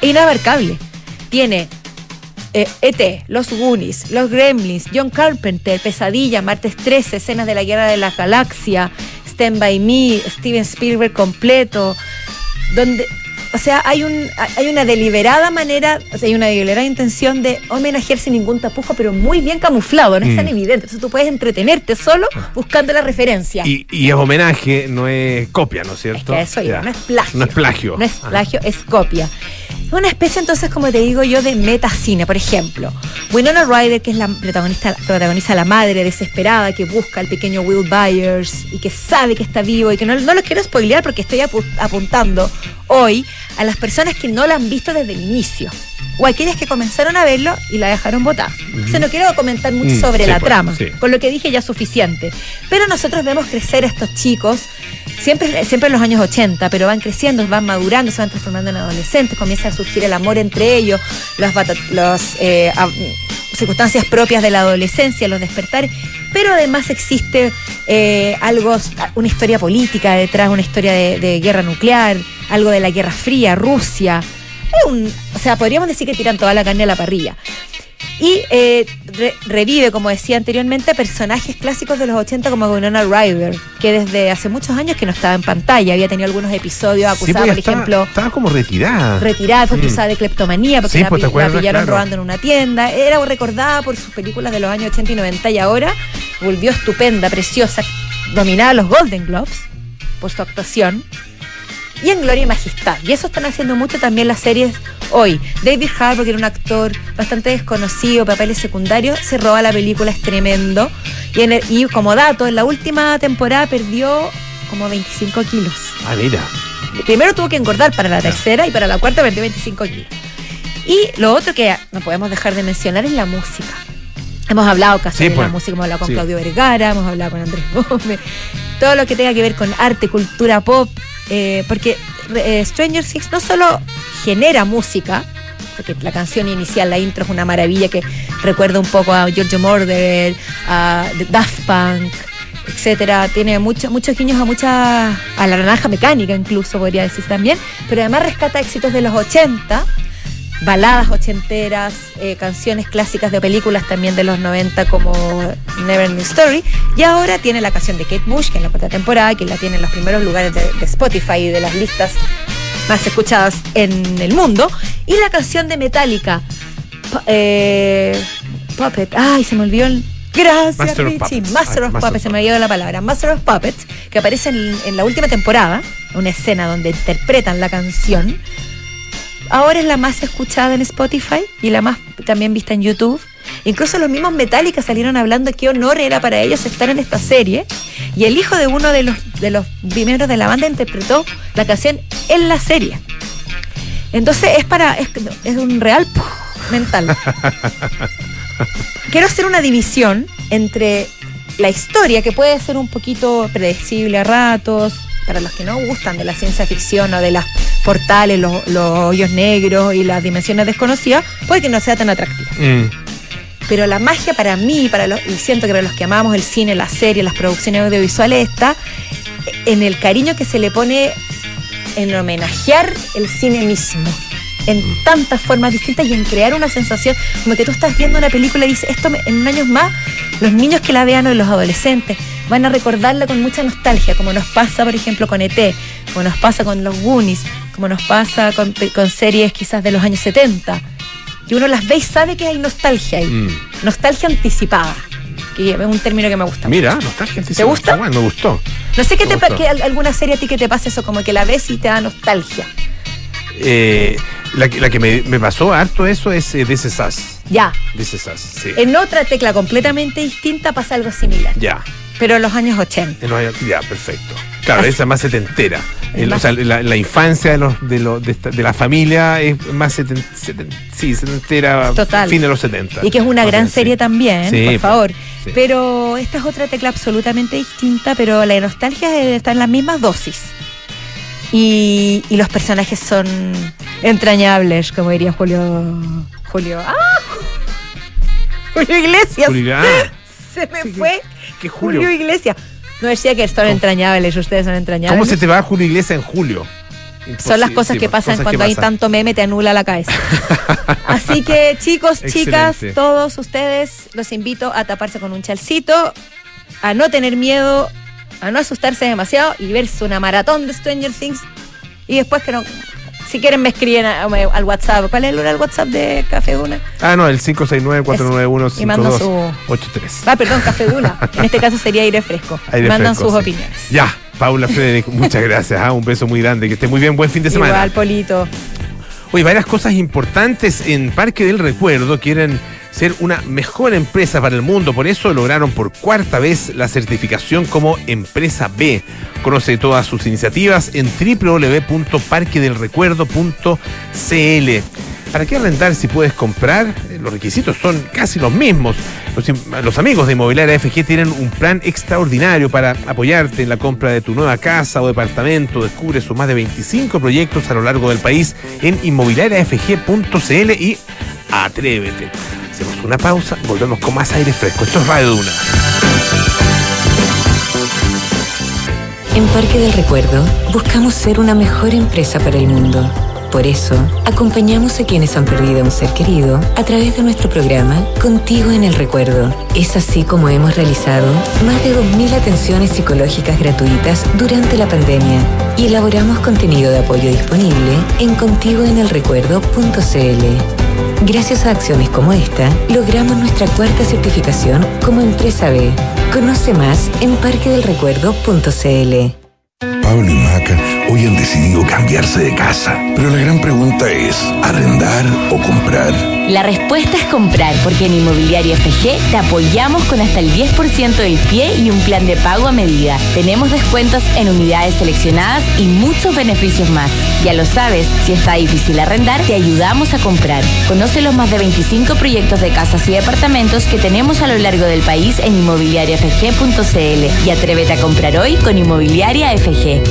es inabarcable. Tiene eh, E T, Los Goonies, Los Gremlins, John Carpenter, Pesadilla, Martes trece, Escenas de la Guerra de la Galaxia, Stand By Me, Steven Spielberg completo, donde, o sea, hay un hay una deliberada manera, o sea, hay una deliberada intención de homenajear sin ningún tapujo, pero muy bien camuflado, no es tan mm. evidente. Entonces tú puedes entretenerte solo buscando la referencia. Y, y es homenaje, no es copia, ¿no es cierto? Es que eso ya, no es plagio. No es plagio. No es plagio, ah. es copia. Una especie, entonces, como te digo yo, de metacine. Por ejemplo, Winona Ryder, que es la protagonista, protagoniza la madre desesperada que busca al pequeño Will Byers y que sabe que está vivo y que no, no lo quiero spoilear porque estoy apu- apuntando hoy a las personas que no la han visto desde el inicio o aquellas que comenzaron a verlo y la dejaron botar. Uh-huh. Entonces no quiero comentar mucho mm, sobre sí, la pues, trama, sí. Con lo que dije ya es suficiente. Pero nosotros vemos crecer a estos chicos siempre, siempre en los años ochenta, pero van creciendo, van madurando, se van transformando en adolescentes, comienza a surgir el amor entre ellos, las los, eh, a, circunstancias propias de la adolescencia, los despertares, pero además existe eh, algo, una historia política detrás, una historia de, de guerra nuclear, algo de la Guerra Fría, Rusia. Un, o sea, podríamos decir que tiran toda la carne a la parrilla. Y eh, re, revive, como decía anteriormente, personajes clásicos de los ochenta como Winona Ryder, que desde hace muchos años que no estaba en pantalla, había tenido algunos episodios acusada, sí, pues por estaba, ejemplo... Estaba como retirada. Retirada, fue acusada mm. de cleptomanía, porque sí, la, pues, acuerdas, la pillaron claro. robando en una tienda. Era recordada por sus películas de los años ochenta y noventa y ahora volvió estupenda, preciosa, dominada los Golden Globes por su actuación. Y en gloria y majestad. Y eso están haciendo mucho también las series hoy. David Harbour, que era un actor bastante desconocido, papeles secundarios, se roba la película, es tremendo. Y, en el, y como dato, en la última temporada perdió como veinticinco kilos. Ah, mira. Primero tuvo que engordar para la tercera y para la cuarta perdió veinticinco kilos. Y lo otro que no podemos dejar de mencionar es la música. Hemos hablado casi sí, de pues, la música, hemos hablado con sí. Claudio Vergara, hemos hablado con Andrés Gómez, todo lo que tenga que ver con arte, cultura pop, eh, porque eh, Stranger Things no solo genera música, porque la canción inicial, la intro es una maravilla que recuerda un poco a Giorgio Moroder, a Daft Punk, etcétera, tiene mucho, muchos guiños a mucha, a la Naranja Mecánica incluso podría decir también, pero además rescata éxitos de los ochenta, baladas ochenteras, eh, canciones clásicas de películas también de los noventa como Neverending Story, y ahora tiene la canción de Kate Bush, que en la cuarta temporada, que la tiene en los primeros lugares de, de Spotify y de las listas más escuchadas en el mundo, y la canción de Metallica, eh, Puppet, ay, se me olvidó el... Gracias, Master Richie. Of Master of Puppets, se me ha ido la palabra. Master of Puppets, que aparece en, en la última temporada, una escena donde interpretan la canción. Ahora es la más escuchada en Spotify y la más también vista en YouTube. Incluso los mismos Metallica salieron hablando de qué honor era para ellos estar en esta serie. Y el hijo de uno de los, de los miembros de la banda interpretó la canción en la serie. Entonces es para es, es un real ¡puf! Mental. Quiero hacer una división entre la historia, que puede ser un poquito predecible a ratos, para los que no gustan de la ciencia ficción o de las portales, los, los hoyos negros y las dimensiones desconocidas, puede que no sea tan atractiva. Mm. Pero la magia para mí, para los, y siento que para los que amamos el cine, la serie, las producciones audiovisuales, está en el cariño que se le pone en homenajear el cine mismo, en tantas formas distintas y en crear una sensación como que tú estás viendo una película y dices, esto me, en años más, los niños que la vean o los adolescentes van a recordarla con mucha nostalgia, como nos pasa, por ejemplo, con E T, como nos pasa con los Goonies, como nos pasa con, con series quizás de los años setenta, que uno las ve y sabe que hay nostalgia ahí, mm. nostalgia anticipada, que es un término que me gusta. Mira, mucho. Nostalgia anticipada. ¿Te gusta? Bueno, me gustó. No sé qué te te, que alguna serie a ti que te pasa eso, como que la ves y te da nostalgia. Eh, la, la que me, me pasó harto eso es eh, This Is Us. Ya. This Is Us, sí. En otra tecla completamente distinta pasa algo similar. Ya. Pero en los años ochenta. En los años, ya, perfecto. Claro, esa es más setentera. El, más... O sea, la, la infancia de los de, los, de, esta, de la familia es más seten, seten, sí, setentera, total. Fin de los setenta. Y que es una o gran sea, serie sí. también, sí, por favor. Sí. Pero esta es otra tecla absolutamente distinta, pero la nostalgia está en las mismas dosis. Y, y los personajes son entrañables, como diría Julio. Julio. ¡Ah! Julio Iglesias. Julio, ah. Se me sí, fue. ¿Qué Julio? Julio Iglesias. No decía que son entrañables, ustedes son entrañables. ¿Cómo se te va Julio Iglesias en julio? Son las cosas sí, que pasan cosas cuando que hay pasan. tanto meme, te anula la cabeza. Así que, chicos, chicas, Excelente. todos ustedes, los invito a taparse con un chalcito, a no tener miedo, a no asustarse demasiado y verse una maratón de Stranger Things. Y después que no, si quieren me escriben a- a- al WhatsApp. ¿Cuál es el, el WhatsApp de Café Duna? Ah, no, el cinco seis nueve, cuatro nueve uno, Y cinco mandan dos su... ocho tres. Ah, perdón, Café Duna. En este caso sería Aire Fresco. Aire Mandan Fresco, sus sí. opiniones. Ya, Paula Frederick, muchas gracias. ah, Un beso muy grande. Que esté muy bien. Buen fin de semana. Igual, Polito. Oye, varias cosas importantes en Parque del Recuerdo. Quieren ser una mejor empresa para el mundo. Por eso lograron por cuarta vez la certificación como Empresa B. Conoce todas sus iniciativas en doble u doble u doble u punto parque del recuerdo punto c l. ¿Para qué arrendar si puedes comprar? Eh, Los requisitos son casi los mismos. Los, im- los amigos de Inmobiliaria F G tienen un plan extraordinario para apoyarte en la compra de tu nueva casa o departamento. Descubre sus más de veinticinco proyectos a lo largo del país en inmobiliaria f g punto c l y atrévete. Hacemos una pausa, volvemos con más aire fresco. Esto es Radio Duna. En Parque del Recuerdo buscamos ser una mejor empresa para el mundo. Por eso, acompañamos a quienes han perdido a un ser querido a través de nuestro programa Contigo en el Recuerdo. Es así como hemos realizado más de dos mil atenciones psicológicas gratuitas durante la pandemia y elaboramos contenido de apoyo disponible en contigo en el recuerdo punto c l. Gracias a acciones como esta, logramos nuestra cuarta certificación como Empresa B. Conoce más en parque del recuerdo punto c l. Pablo y Maca hoy han decidido cambiarse de casa, pero la gran pregunta es, ¿arrendar o comprar? La respuesta es comprar, porque en Inmobiliaria F G te apoyamos con hasta el diez por ciento del pie y un plan de pago a medida. Tenemos descuentos en unidades seleccionadas y muchos beneficios más. Ya lo sabes, si está difícil arrendar, te ayudamos a comprar. Conoce los más de veinticinco proyectos de casas y departamentos que tenemos a lo largo del país en inmobiliaria f g punto c l y atrévete a comprar hoy con Inmobiliaria F G.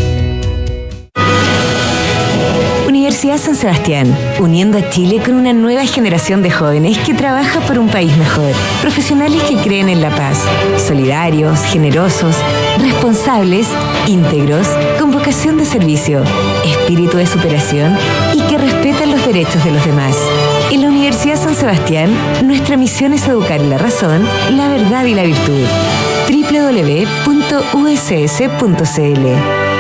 Universidad San Sebastián, uniendo a Chile con una nueva generación de jóvenes que trabaja por un país mejor. Profesionales que creen en la paz, solidarios, generosos, responsables, íntegros, con vocación de servicio, espíritu de superación y que respetan los derechos de los demás. En la Universidad San Sebastián, nuestra misión es educar en la razón, la verdad y la virtud. doble u doble u doble u punto u s s punto c l.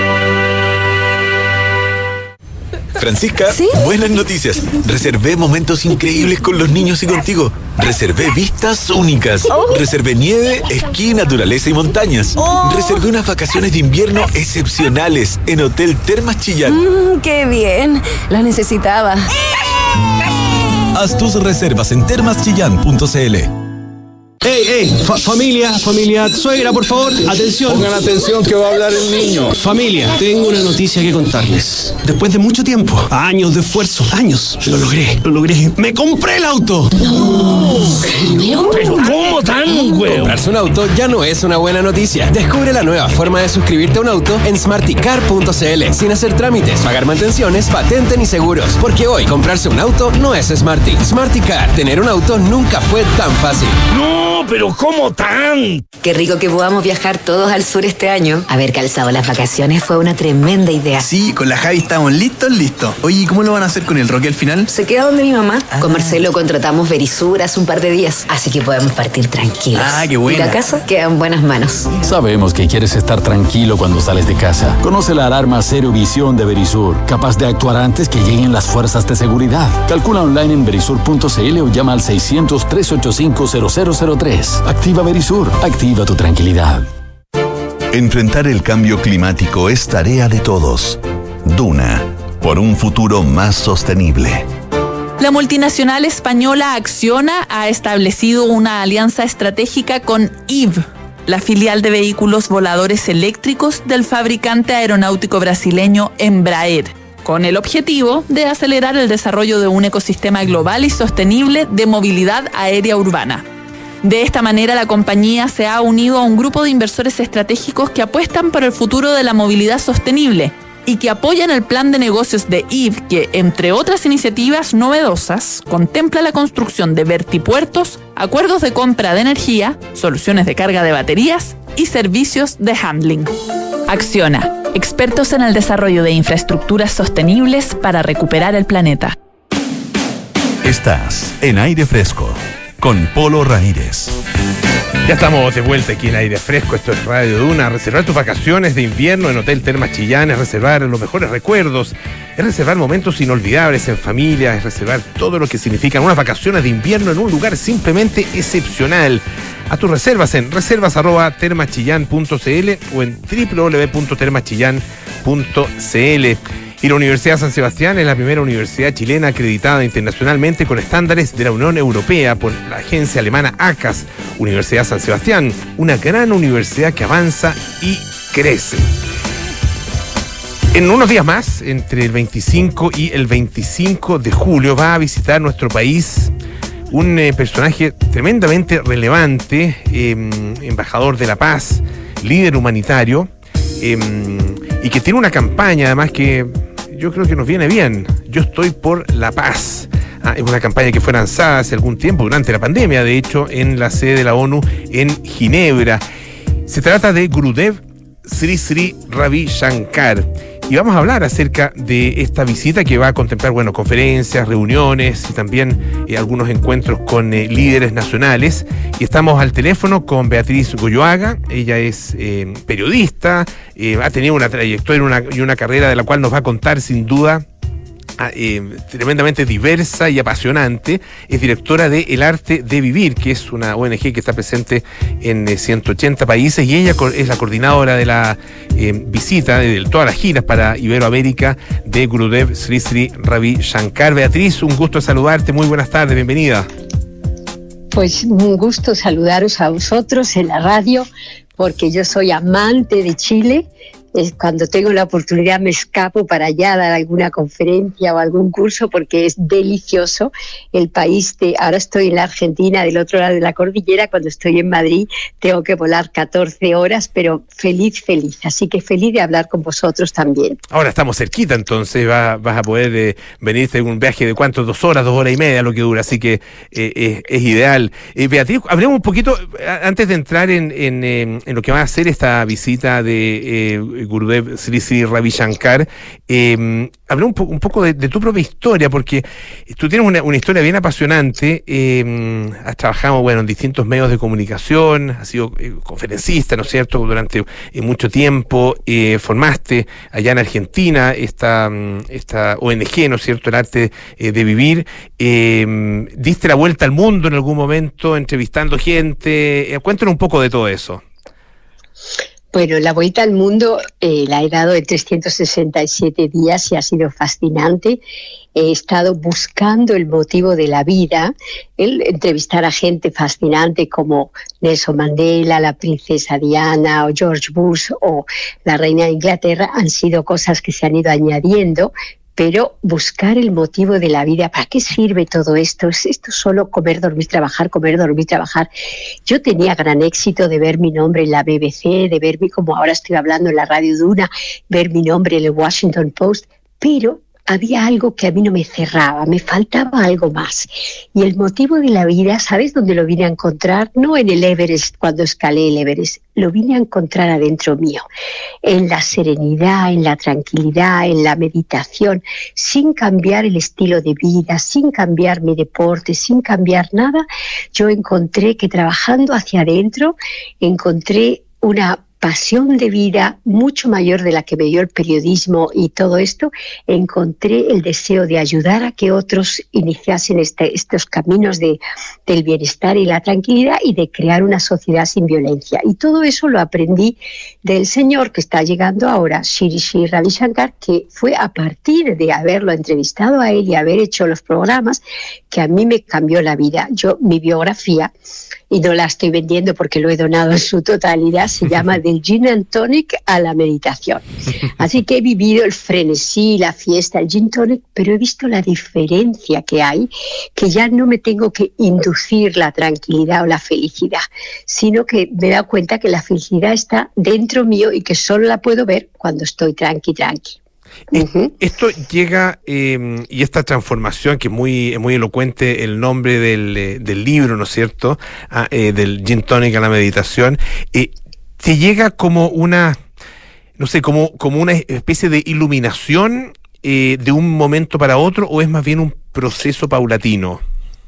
Francisca, ¿Sí? buenas noticias. Reservé momentos increíbles con los niños y contigo. Reservé vistas únicas. Reservé nieve, esquí, naturaleza y montañas. Reservé unas vacaciones de invierno excepcionales en Hotel Termas Chillán. Mm, ¡Qué bien! La necesitaba. Haz tus reservas en termas chillán punto c l. ¡Ey, ey! Fa- familia, familia, suegra, por favor, atención. Pongan atención que va a hablar el niño. Familia, tengo una noticia que contarles. Después de mucho tiempo, años de esfuerzo, años, lo logré, lo logré. ¡Me compré el auto! ¿Pero cómo tan, güey? Comprarse un auto ya no es una buena noticia. Descubre la nueva forma de suscribirte a un auto en smarticar punto c l sin hacer trámites, pagar mantenciones, patente ni seguros. Porque hoy comprarse un auto no es Smarty. Smarticar, tener un auto nunca fue tan fácil. No, pero ¿cómo tan? Qué rico que podamos viajar todos al sur este año. Haber calzado las vacaciones fue una tremenda idea. Sí, con la Javi estamos listos, listos. Oye, ¿y cómo lo van a hacer con el Roque al final? Se queda donde mi mamá. Con Marcelo contratamos Verisur hace un par de días, así que podemos partir tranquilos. Ah, qué buena. Y la casa queda en buenas manos. Sabemos que quieres estar tranquilo cuando sales de casa. Conoce la alarma Cero Visión de Verisur, capaz de actuar antes que lleguen las fuerzas de seguridad. Calcula online en verisur punto c l o llama al seiscientos, trescientos ochenta y cinco, cero cero cero tres. Activa Verisur, activa tu tranquilidad. Enfrentar el cambio climático es tarea de todos. Duna, por un futuro más sostenible. La multinacional española Acciona ha establecido una alianza estratégica con I V, la filial de vehículos voladores eléctricos del fabricante aeronáutico brasileño Embraer, con el objetivo de acelerar el desarrollo de un ecosistema global y sostenible de movilidad aérea urbana. De esta manera, la compañía se ha unido a un grupo de inversores estratégicos que apuestan por el futuro de la movilidad sostenible y que apoyan el plan de negocios de I V, que, entre otras iniciativas novedosas, contempla la construcción de vertipuertos, acuerdos de compra de energía, soluciones de carga de baterías y servicios de handling. Acciona, expertos en el desarrollo de infraestructuras sostenibles para recuperar el planeta. Estás en Aire Fresco con Polo Ramírez. Ya estamos de vuelta aquí en Aire Fresco, esto es Radio Duna. Reservar tus vacaciones de invierno en Hotel Termas Chillán es reservar los mejores recuerdos, es reservar momentos inolvidables en familia, es reservar todo lo que significan unas vacaciones de invierno en un lugar simplemente excepcional. A tus reservas en reservas arroba termachillán punto cl o en doble u doble u doble u punto termachillán punto cl. Y la Universidad San Sebastián es la primera universidad chilena acreditada internacionalmente con estándares de la Unión Europea por la agencia alemana A C A S. Universidad San Sebastián, una gran universidad que avanza y crece. En unos días más, entre el veinticinco y el veinticinco de julio, va a visitar nuestro país un eh, personaje tremendamente relevante, eh, embajador de la paz, líder humanitario, eh, y que tiene una campaña además que yo creo que nos viene bien. Yo estoy por la paz. Ah, es una campaña que fue lanzada hace algún tiempo, durante la pandemia, de hecho, en la sede de la ONU en Ginebra. Se trata de Gurudev Sri Sri Ravi Shankar. Y vamos a hablar acerca de esta visita que va a contemplar, bueno, conferencias, reuniones y también eh, algunos encuentros con eh, líderes nacionales. Y estamos al teléfono con Beatriz Goyoaga. Ella es eh, periodista, eh, ha tenido una trayectoria una, y una carrera de la cual nos va a contar sin duda. Eh, tremendamente diversa y apasionante. Es directora de El Arte de Vivir, que es una O N G que está presente en eh, ciento ochenta países, y ella es la coordinadora de la eh, visita de todas las giras para Iberoamérica de Gurudev Sri Sri Ravi Shankar. Beatriz, un gusto saludarte, muy buenas tardes, bienvenida. Pues un gusto saludaros a vosotros en la radio, porque yo soy amante de Chile. Cuando tengo la oportunidad me escapo para allá a dar alguna conferencia o algún curso, porque es delicioso el país. De, ahora estoy en la Argentina, del otro lado de la cordillera. Cuando estoy en Madrid tengo que volar catorce horas, pero feliz, feliz. Así que feliz de hablar con vosotros también. Ahora estamos cerquita, entonces va, vas a poder eh, venirte en un viaje de cuánto, dos horas, dos horas y media lo que dura, así que eh, es, es ideal. Eh, Beatriz, hablemos un poquito, antes de entrar en, en, en lo que va a ser esta visita de eh, Gurudev Sri Sri Ravi Shankar, eh, hablé un, po un poco de, de tu propia historia, porque tú tienes una, una historia bien apasionante. Eh, has trabajado, bueno, en distintos medios de comunicación, has sido eh, conferencista, ¿no es cierto?, durante eh, mucho tiempo. Eh, formaste allá en Argentina esta, esta O N G, ¿no es cierto?, El Arte eh, de Vivir. Eh, diste la vuelta al mundo en algún momento, entrevistando gente. Eh, cuéntanos un poco de todo eso. Bueno, la vuelta al mundo eh, la he dado en trescientos sesenta y siete días y ha sido fascinante. He estado buscando el motivo de la vida, el entrevistar a gente fascinante como Nelson Mandela, la princesa Diana o George Bush o la reina de Inglaterra. Han sido cosas que se han ido añadiendo, pero buscar el motivo de la vida. ¿Para qué sirve todo esto? ¿Es esto solo comer, dormir, trabajar, comer, dormir, trabajar? Yo tenía gran éxito de ver mi nombre en la B B C, de verme como ahora estoy hablando en la Radio Duna, ver mi nombre en el Washington Post, pero había algo que a mí no me cerraba, me faltaba algo más. Y el motivo de la vida, ¿sabes dónde lo vine a encontrar? No en el Everest, cuando escalé el Everest, lo vine a encontrar adentro mío, en la serenidad, en la tranquilidad, en la meditación, sin cambiar el estilo de vida, sin cambiar mi deporte, sin cambiar nada. Yo encontré que trabajando hacia adentro, encontré una pasión de vida mucho mayor de la que me dio el periodismo y todo esto. Encontré el deseo de ayudar a que otros iniciasen este, estos caminos de, del bienestar y la tranquilidad y de crear una sociedad sin violencia. Y todo eso lo aprendí del señor que está llegando ahora, Sri Sri Ravi Shankar, que fue a partir de haberlo entrevistado a él y haber hecho los programas que a mí me cambió la vida. Yo, mi biografía, y no la estoy vendiendo porque lo he donado en su totalidad, se llama Del Gin and Tonic a la meditación. Así que he vivido el frenesí, la fiesta, el gin tonic, pero he visto la diferencia que hay, que ya no me tengo que inducir la tranquilidad o la felicidad, sino que me he dado cuenta que la felicidad está dentro mío y que solo la puedo ver cuando estoy tranqui, tranqui. Uh-huh. Esto llega, eh, y esta transformación, que es muy, muy elocuente el nombre del, eh, del libro, ¿no es cierto?, ah, eh, del Gin Tonic a la meditación, eh, te llega como una, no sé, como, como una especie de iluminación eh, de un momento para otro, o es más bien un proceso paulatino?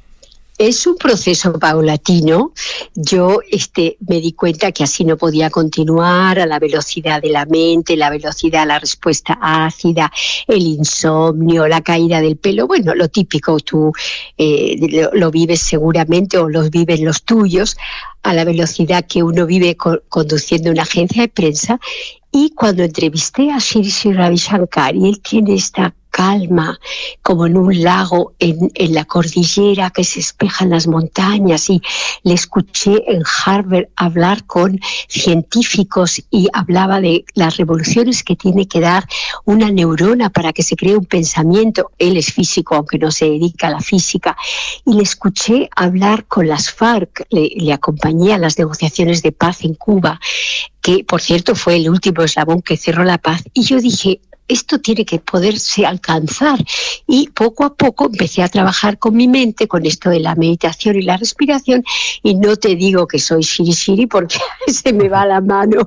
Es un proceso paulatino. Yo este, me di cuenta que así no podía continuar, a la velocidad de la mente, la velocidad a la respuesta ácida, el insomnio, la caída del pelo, bueno, lo típico, tú eh, lo, lo vives seguramente o los viven los tuyos, a la velocidad que uno vive co- conduciendo una agencia de prensa. Y cuando entrevisté a Sri Sri Ravi Shankar, y él tiene esta calma, como en un lago, en, en la cordillera que se espejan las montañas, y le escuché en Harvard hablar con científicos y hablaba de las revoluciones que tiene que dar una neurona para que se cree un pensamiento. Él es físico, aunque no se dedica a la física, y le escuché hablar con las FARC, le, le acompañé a las negociaciones de paz en Cuba, que por cierto fue el último eslabón que cerró la paz, y yo dije, esto tiene que poderse alcanzar, y poco a poco empecé a trabajar con mi mente, con esto de la meditación y la respiración, y no te digo que soy shiri shiri porque se me va la mano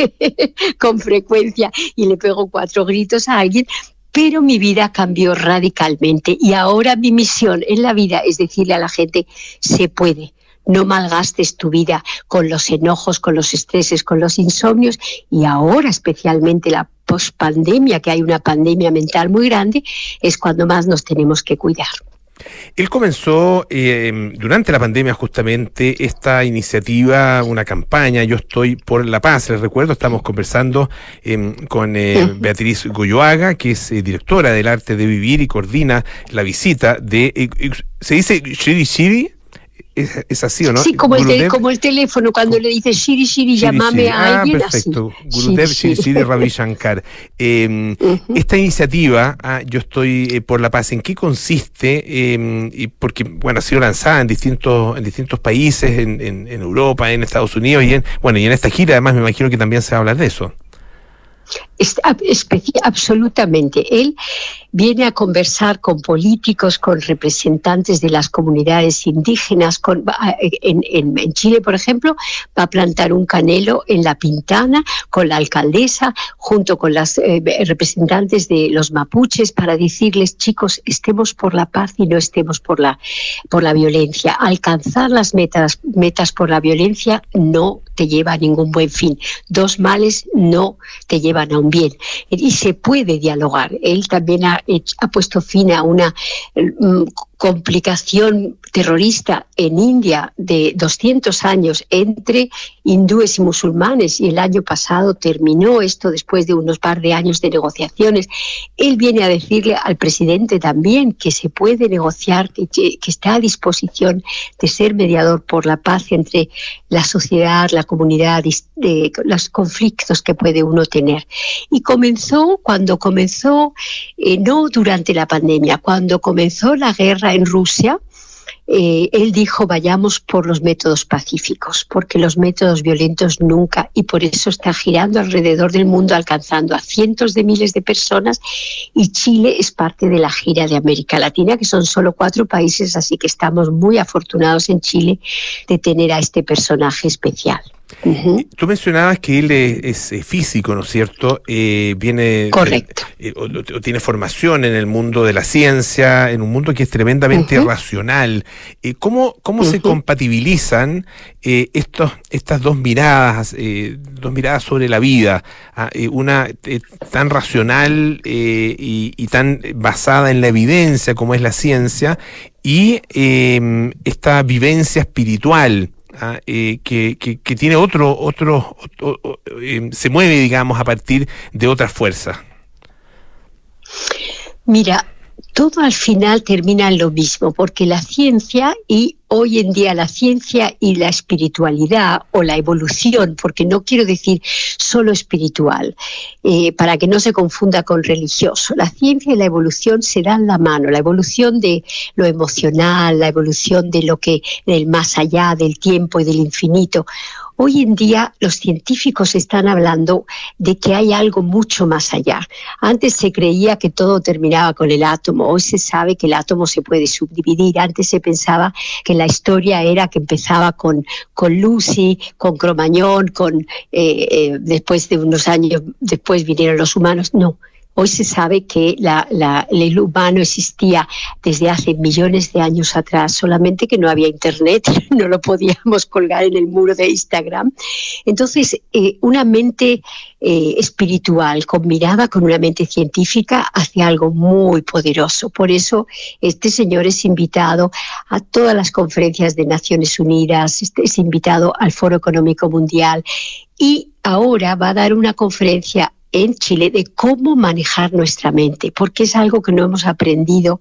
con frecuencia y le pego cuatro gritos a alguien, pero mi vida cambió radicalmente, y ahora mi misión en la vida es decirle a la gente, se puede. No malgastes tu vida con los enojos, con los estreses, con los insomnios, y ahora especialmente la pospandemia, que hay una pandemia mental muy grande, es cuando más nos tenemos que cuidar. Él comenzó eh, durante la pandemia justamente esta iniciativa, una campaña, Yo Estoy por la Paz. Les recuerdo, estamos conversando eh, con eh, Beatriz Goyoaga, que es eh, directora del Arte de Vivir y coordina la visita de... Eh, ¿se dice Shiri Shiri? Es, es así, ¿o no? Sí, como el, te, como el teléfono, cuando le dices Shiri Shiri, llámame Shiri. a alguien. Ah, perfecto. Así. Gurudev Shiri Shiri Ravi Shankar. Eh, uh-huh. Esta iniciativa, ah, Yo Estoy eh, por la Paz, ¿en qué consiste? Eh, y porque, bueno, ha sido lanzada en distintos en distintos países, en, en, en Europa, en Estados Unidos, y en, bueno, y en esta gira, además, me imagino que también se va a hablar de eso. Especi- absolutamente. Él viene a conversar con políticos, con representantes de las comunidades indígenas. Con, en, en, en Chile, por ejemplo, va a plantar un canelo en La Pintana con la alcaldesa, junto con las eh, representantes de los mapuches, para decirles, chicos, estemos por la paz y no estemos por la, por la violencia. Alcanzar las metas, metas por la violencia no te lleva a ningún buen fin. Dos males no te llevan a un bien. Y se puede dialogar. Él también ha, ha puesto fin a una um, complicación terrorista en India de doscientos años entre hindúes y musulmanes, y el año pasado terminó esto después de unos par de años de negociaciones. Él viene a decirle al presidente también que se puede negociar, que, que está a disposición de ser mediador por la paz entre la sociedad, la comunidad, de los conflictos que puede uno tener. Y comenzó, cuando comenzó, eh, no durante la pandemia, cuando comenzó la guerra en Rusia, eh, él dijo, vayamos por los métodos pacíficos, porque los métodos violentos nunca, y por eso está girando alrededor del mundo, alcanzando a cientos de miles de personas, y Chile es parte de la gira de América Latina, que son solo cuatro países, así que estamos muy afortunados en Chile de tener a este personaje especial. Uh-huh. Tú mencionabas que él es, es físico, ¿no es cierto? Eh, viene Correcto. Eh, o, o tiene formación en el mundo de la ciencia, en un mundo que es tremendamente uh-huh. racional. Eh, ¿Cómo, cómo uh-huh. se compatibilizan eh, estos, estas dos miradas, eh, dos miradas sobre la vida? Ah, eh, una eh, tan racional eh, y, y tan basada en la evidencia como es la ciencia, y eh, esta vivencia espiritual. Ah, eh, que, que, que tiene otro, otro, otro eh, se mueve, digamos, a partir de otras fuerzas. Mira, todo al final termina en lo mismo, porque la ciencia, y hoy en día la ciencia y la espiritualidad o la evolución, porque no quiero decir solo espiritual, eh, para que no se confunda con religioso, la ciencia y la evolución se dan la mano, la evolución de lo emocional, la evolución de lo que, del más allá, del tiempo y del infinito. Hoy en día los científicos están hablando de que hay algo mucho más allá. Antes se creía que todo terminaba con el átomo, hoy se sabe que el átomo se puede subdividir. Antes se pensaba que la historia era que empezaba con, con Lucy, con Cromañón, con, eh, eh, después de unos años después vinieron los humanos. No. Hoy se sabe que la, la, el humano existía desde hace millones de años atrás, solamente que no había internet, no lo podíamos colgar en el muro de Instagram. Entonces, eh, una mente eh, espiritual combinada con una mente científica hace algo muy poderoso. Por eso, este señor es invitado a todas las conferencias de Naciones Unidas, este es invitado al Foro Económico Mundial y ahora va a dar una conferencia en Chile de cómo manejar nuestra mente, porque es algo que no hemos aprendido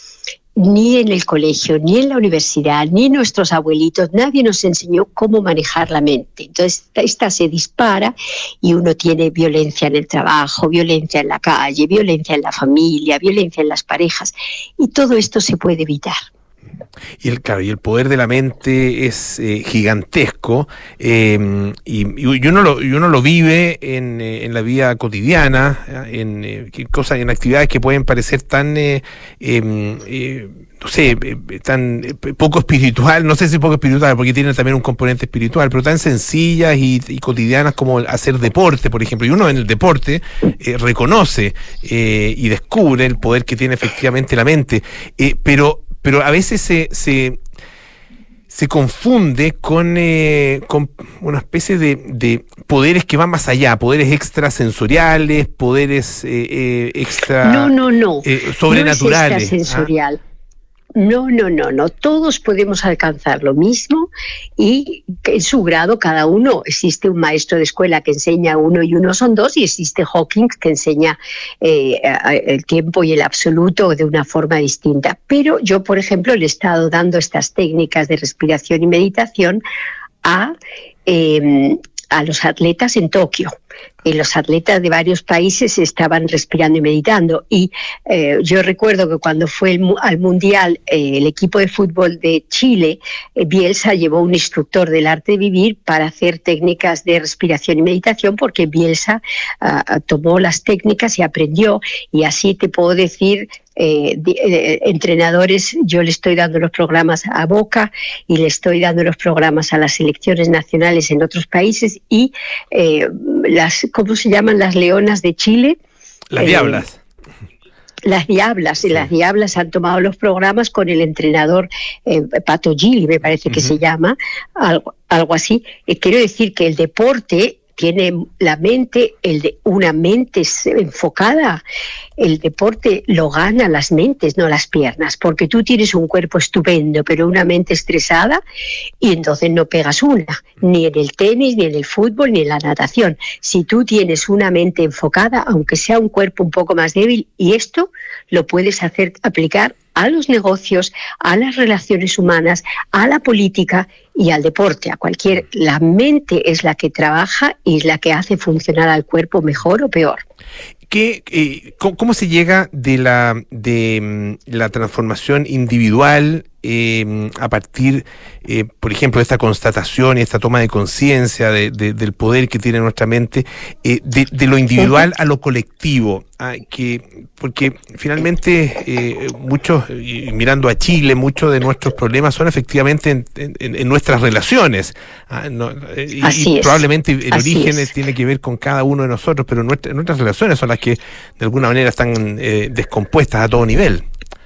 ni en el colegio, ni en la universidad, ni nuestros abuelitos. Nadie nos enseñó cómo manejar la mente. Entonces, esta se dispara y uno tiene violencia en el trabajo, violencia en la calle, violencia en la familia, violencia en las parejas, y todo esto se puede evitar. Y el, claro, y el poder de la mente es eh, gigantesco, eh, y, y uno lo, y uno lo vive en, eh, en la vida cotidiana, en eh, cosas, en actividades que pueden parecer tan, eh, eh, eh, no sé, eh, tan eh, poco espiritual, no sé si poco espiritual, porque tienen también un componente espiritual, pero tan sencillas y, y cotidianas como hacer deporte, por ejemplo. Y uno en el deporte eh, reconoce eh, y descubre el poder que tiene efectivamente la mente, eh, pero pero a veces se se, se confunde con, eh, con una especie de, de poderes que van más allá, poderes extrasensoriales, poderes eh, eh, extra no, no, no. Eh, sobrenaturales. No es extrasensorial. ¿Ah? No, no, no, no. Todos podemos alcanzar lo mismo y en su grado cada uno. Existe un maestro de escuela que enseña uno y uno son dos y existe Hawking que enseña eh, el tiempo y el absoluto de una forma distinta. Pero yo, por ejemplo, le he estado dando estas técnicas de respiración y meditación a... Eh, a los atletas en Tokio. Y los atletas de varios países estaban respirando y meditando. Y eh, yo recuerdo que cuando fue el, al Mundial, eh, el equipo de fútbol de Chile, eh, Bielsa llevó un instructor del arte de vivir para hacer técnicas de respiración y meditación, porque Bielsa uh, tomó las técnicas y aprendió. Y así te puedo decir... Eh, de, eh, entrenadores, yo le estoy dando los programas a Boca y le estoy dando los programas a las selecciones nacionales en otros países y eh, las, ¿cómo se llaman? Las leonas de Chile. Las eh, diablas. Las diablas, y las diablas han tomado los programas con el entrenador eh, Pato Gili, me parece que uh-huh. se llama, algo, algo así. Eh, quiero decir que el deporte tiene la mente, el de una mente enfocada. El deporte lo gana las mentes, no las piernas, porque tú tienes un cuerpo estupendo, pero una mente estresada y entonces no pegas una, ni en el tenis, ni en el fútbol, ni en la natación. Si tú tienes una mente enfocada, aunque sea un cuerpo un poco más débil, y esto lo puedes hacer aplicar a los negocios, a las relaciones humanas, a la política y al deporte, a cualquier. La mente es la que trabaja y es la que hace funcionar al cuerpo mejor o peor. ¿Qué, eh, cómo, ¿Cómo se llega de la de la transformación individual eh, a partir, eh, por ejemplo, de esta constatación y esta toma de conciencia de, de, del poder que tiene nuestra mente, eh, de, de lo individual a lo colectivo? Ah, que porque finalmente eh, muchos, y mirando a Chile, muchos de nuestros problemas son efectivamente en, en, en nuestras relaciones. Ah, no, y, y probablemente el Así origen es. tiene que ver con cada uno de nosotros, pero nuestra, nuestras relaciones son las que de alguna manera están eh, descompuestas a todo nivel.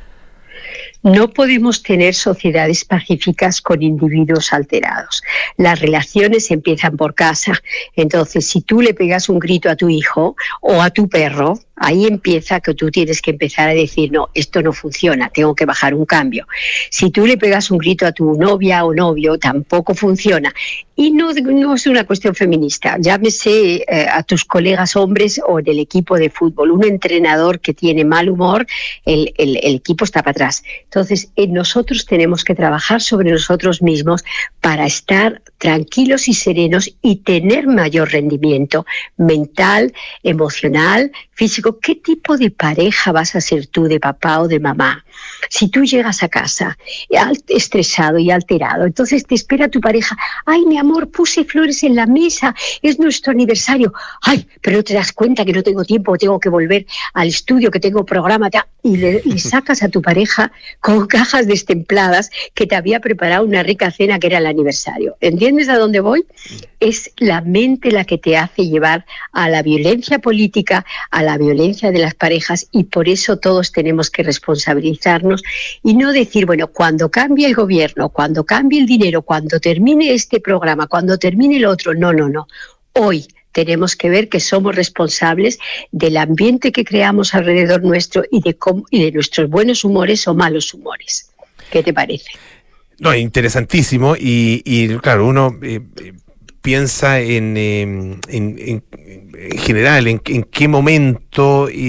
No podemos tener sociedades pacíficas con individuos alterados. Las relaciones empiezan por casa. Entonces, si tú le pegas un grito a tu hijo o a tu perro, ahí empieza que tú tienes que empezar a decir, no, esto no funciona, tengo que bajar un cambio. Si tú le pegas un grito a tu novia o novio, tampoco funciona. Y no, no es una cuestión feminista. Llámese eh, a tus colegas hombres o del equipo de fútbol. Un entrenador que tiene mal humor, el, el, el equipo está para atrás. Entonces, eh, nosotros tenemos que trabajar sobre nosotros mismos para estar tranquilos y serenos y tener mayor rendimiento mental, emocional, físico digo, ¿qué tipo de pareja vas a ser tú, de papá o de mamá? Si tú llegas a casa estresado y alterado, entonces te espera tu pareja, ay, mi amor, puse flores en la mesa, es nuestro aniversario, ay, pero no te das cuenta que no tengo tiempo, tengo que volver al estudio, que tengo programa, y le, le sacas a tu pareja con cajas destempladas que te había preparado una rica cena que era el aniversario. ¿Entiendes a dónde voy? Es la mente la que te hace llevar a la violencia política, a la violencia de las parejas, y por eso todos tenemos que responsabilizarnos y no decir, bueno, cuando cambie el gobierno, cuando cambie el dinero, cuando termine este programa, cuando termine el otro. No, no, no. Hoy tenemos que ver que somos responsables del ambiente que creamos alrededor nuestro y de, cómo, y de nuestros buenos humores o malos humores. ¿Qué te parece? No, interesantísimo. Y, y claro, uno eh, piensa en, eh, en, en, en general, en, en qué momento eh,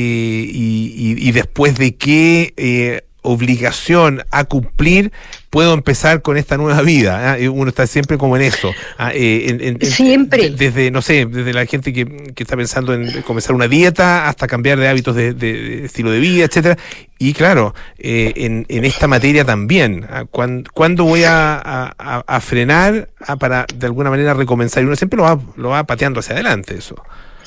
y, y, y después de qué eh, obligación a cumplir puedo empezar con esta nueva vida. ¿eh? Uno está siempre como en eso. ¿eh? En, en, siempre. En, desde, no sé, desde la gente que, que está pensando en comenzar una dieta hasta cambiar de hábitos de, de, de estilo de vida, etcétera. Y claro, eh, en, en esta materia también. ¿eh? ¿Cuándo, ¿Cuándo voy a, a, a frenar a, para de alguna manera recomenzar? Y uno siempre lo va, lo va pateando hacia adelante eso.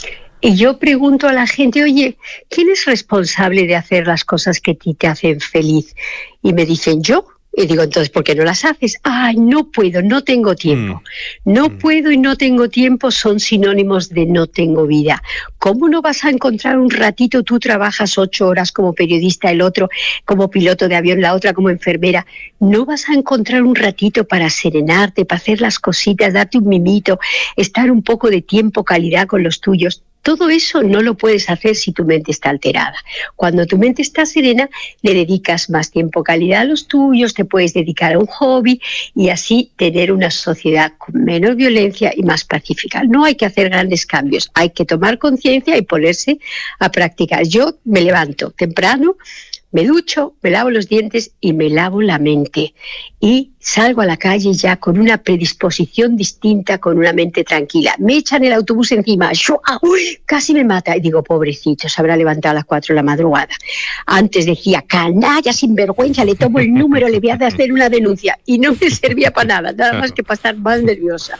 Y yo pregunto a la gente, oye, ¿quién es responsable de hacer las cosas que a ti te hacen feliz? Y me dicen, yo. Y digo, entonces, ¿por qué no las haces? Ay, no puedo, no tengo tiempo. Mm. No mm. puedo y no tengo tiempo son sinónimos de no tengo vida. ¿Cómo no vas a encontrar un ratito? Tú trabajas ocho horas como periodista, el otro como piloto de avión, la otra como enfermera. ¿No vas a encontrar un ratito para serenarte, para hacer las cositas, darte un mimito, estar un poco de tiempo, calidad con los tuyos? Todo eso no lo puedes hacer si tu mente está alterada. Cuando tu mente está serena, le dedicas más tiempo, calidad a los tuyos, te puedes dedicar a un hobby y así tener una sociedad con menos violencia y más pacífica. No hay que hacer grandes cambios, hay que tomar conciencia y ponerse a practicar. Yo me levanto temprano, me ducho, me lavo los dientes y me lavo la mente. Y salgo a la calle ya con una predisposición distinta, con una mente tranquila. Me echan el autobús encima, yo, ah, uy, casi me mata. Y digo, pobrecito, se habrá levantado a las cuatro de la madrugada. Antes decía, canalla, sinvergüenza, le tomo el número, le voy a hacer una denuncia. Y no me servía para nada, nada más que para estar más nerviosa.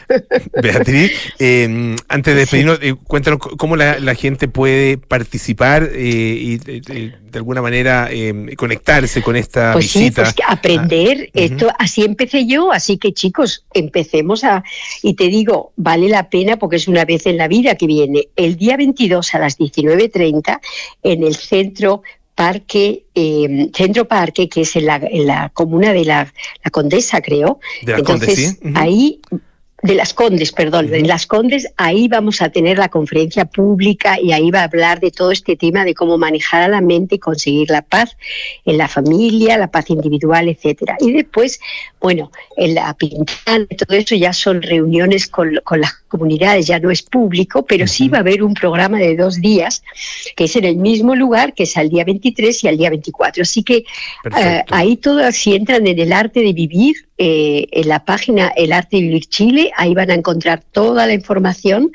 Beatriz, eh, antes de despedirnos, eh, cuéntanos cómo la, la gente puede participar eh, y de, de, de alguna manera eh, conectarse con esta pues visita. Sí, pues aprender, ah, esto, uh-huh. Así empecé yo, así que chicos, empecemos a, y te digo, vale la pena porque es una vez en la vida que viene, el día veintidós a las diecinueve treinta en el centro Parque, eh, Centro Parque, que es en la, en la comuna de la, la Condesa, creo. De la Entonces, Condes, sí. Uh-huh. Ahí... De las Condes, perdón, de las Condes, ahí vamos a tener la conferencia pública y ahí va a hablar de todo este tema de cómo manejar a la mente y conseguir la paz en la familia, la paz individual, etcétera. Y después, bueno, en la pintada, todo eso ya son reuniones con, con las comunidades, ya no es público, pero sí va a haber un programa de dos días, que es en el mismo lugar, que es al día veintitrés y al día veinticuatro. Así que eh, ahí todas, si entran en el arte de vivir, Eh, en la página El Arte de Vivir Chile, ahí van a encontrar toda la información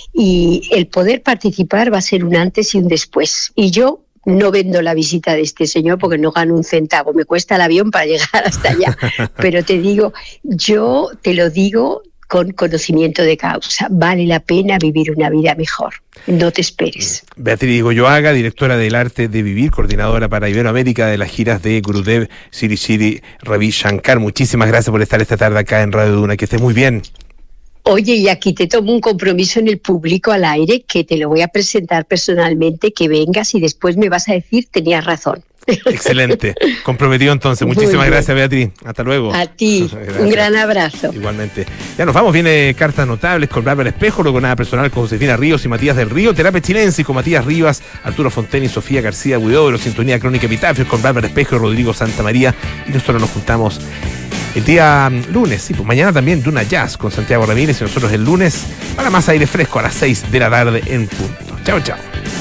y el poder participar va a ser un antes y un después. Y yo no vendo la visita de este señor porque no gano un centavo, me cuesta el avión para llegar hasta allá, pero te digo, yo te lo digo con conocimiento de causa, vale la pena vivir una vida mejor. No te esperes. Beatriz Goyoaga, directora del Arte de Vivir, coordinadora para Iberoamérica de las giras de Gurudev, Sri Sri Ravi Shankar. Muchísimas gracias por estar esta tarde acá en Radio Duna. Que estés muy bien. Oye, y aquí te tomo un compromiso en el público al aire que te lo voy a presentar personalmente, que vengas y después me vas a decir, tenías razón. Excelente. Comprometido entonces. Muchísimas gracias, Beatriz. Hasta luego. A ti. Un gran abrazo. Igualmente. Ya nos vamos. Viene Cartas Notables con Bárbara Espejo, luego Nada Personal con Josefina Ríos y Matías del Río, Terapia Chilense con Matías Rivas, Arturo Fonten y Sofía García Huidobro, Sintonía Crónica Epitafios con Bárbara Espejo y Rodrigo Santamaría. Y nosotros nos juntamos el día lunes. Sí, pues mañana también Duna Jazz con Santiago Ramírez y nosotros el lunes para más aire fresco a las seis de la tarde en punto. Chao, chao.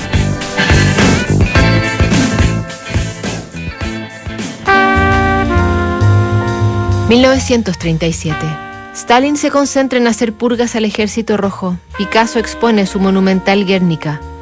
mil novecientos treinta y siete. Stalin se concentra en hacer purgas al ejército rojo. Picasso expone su monumental Guernica.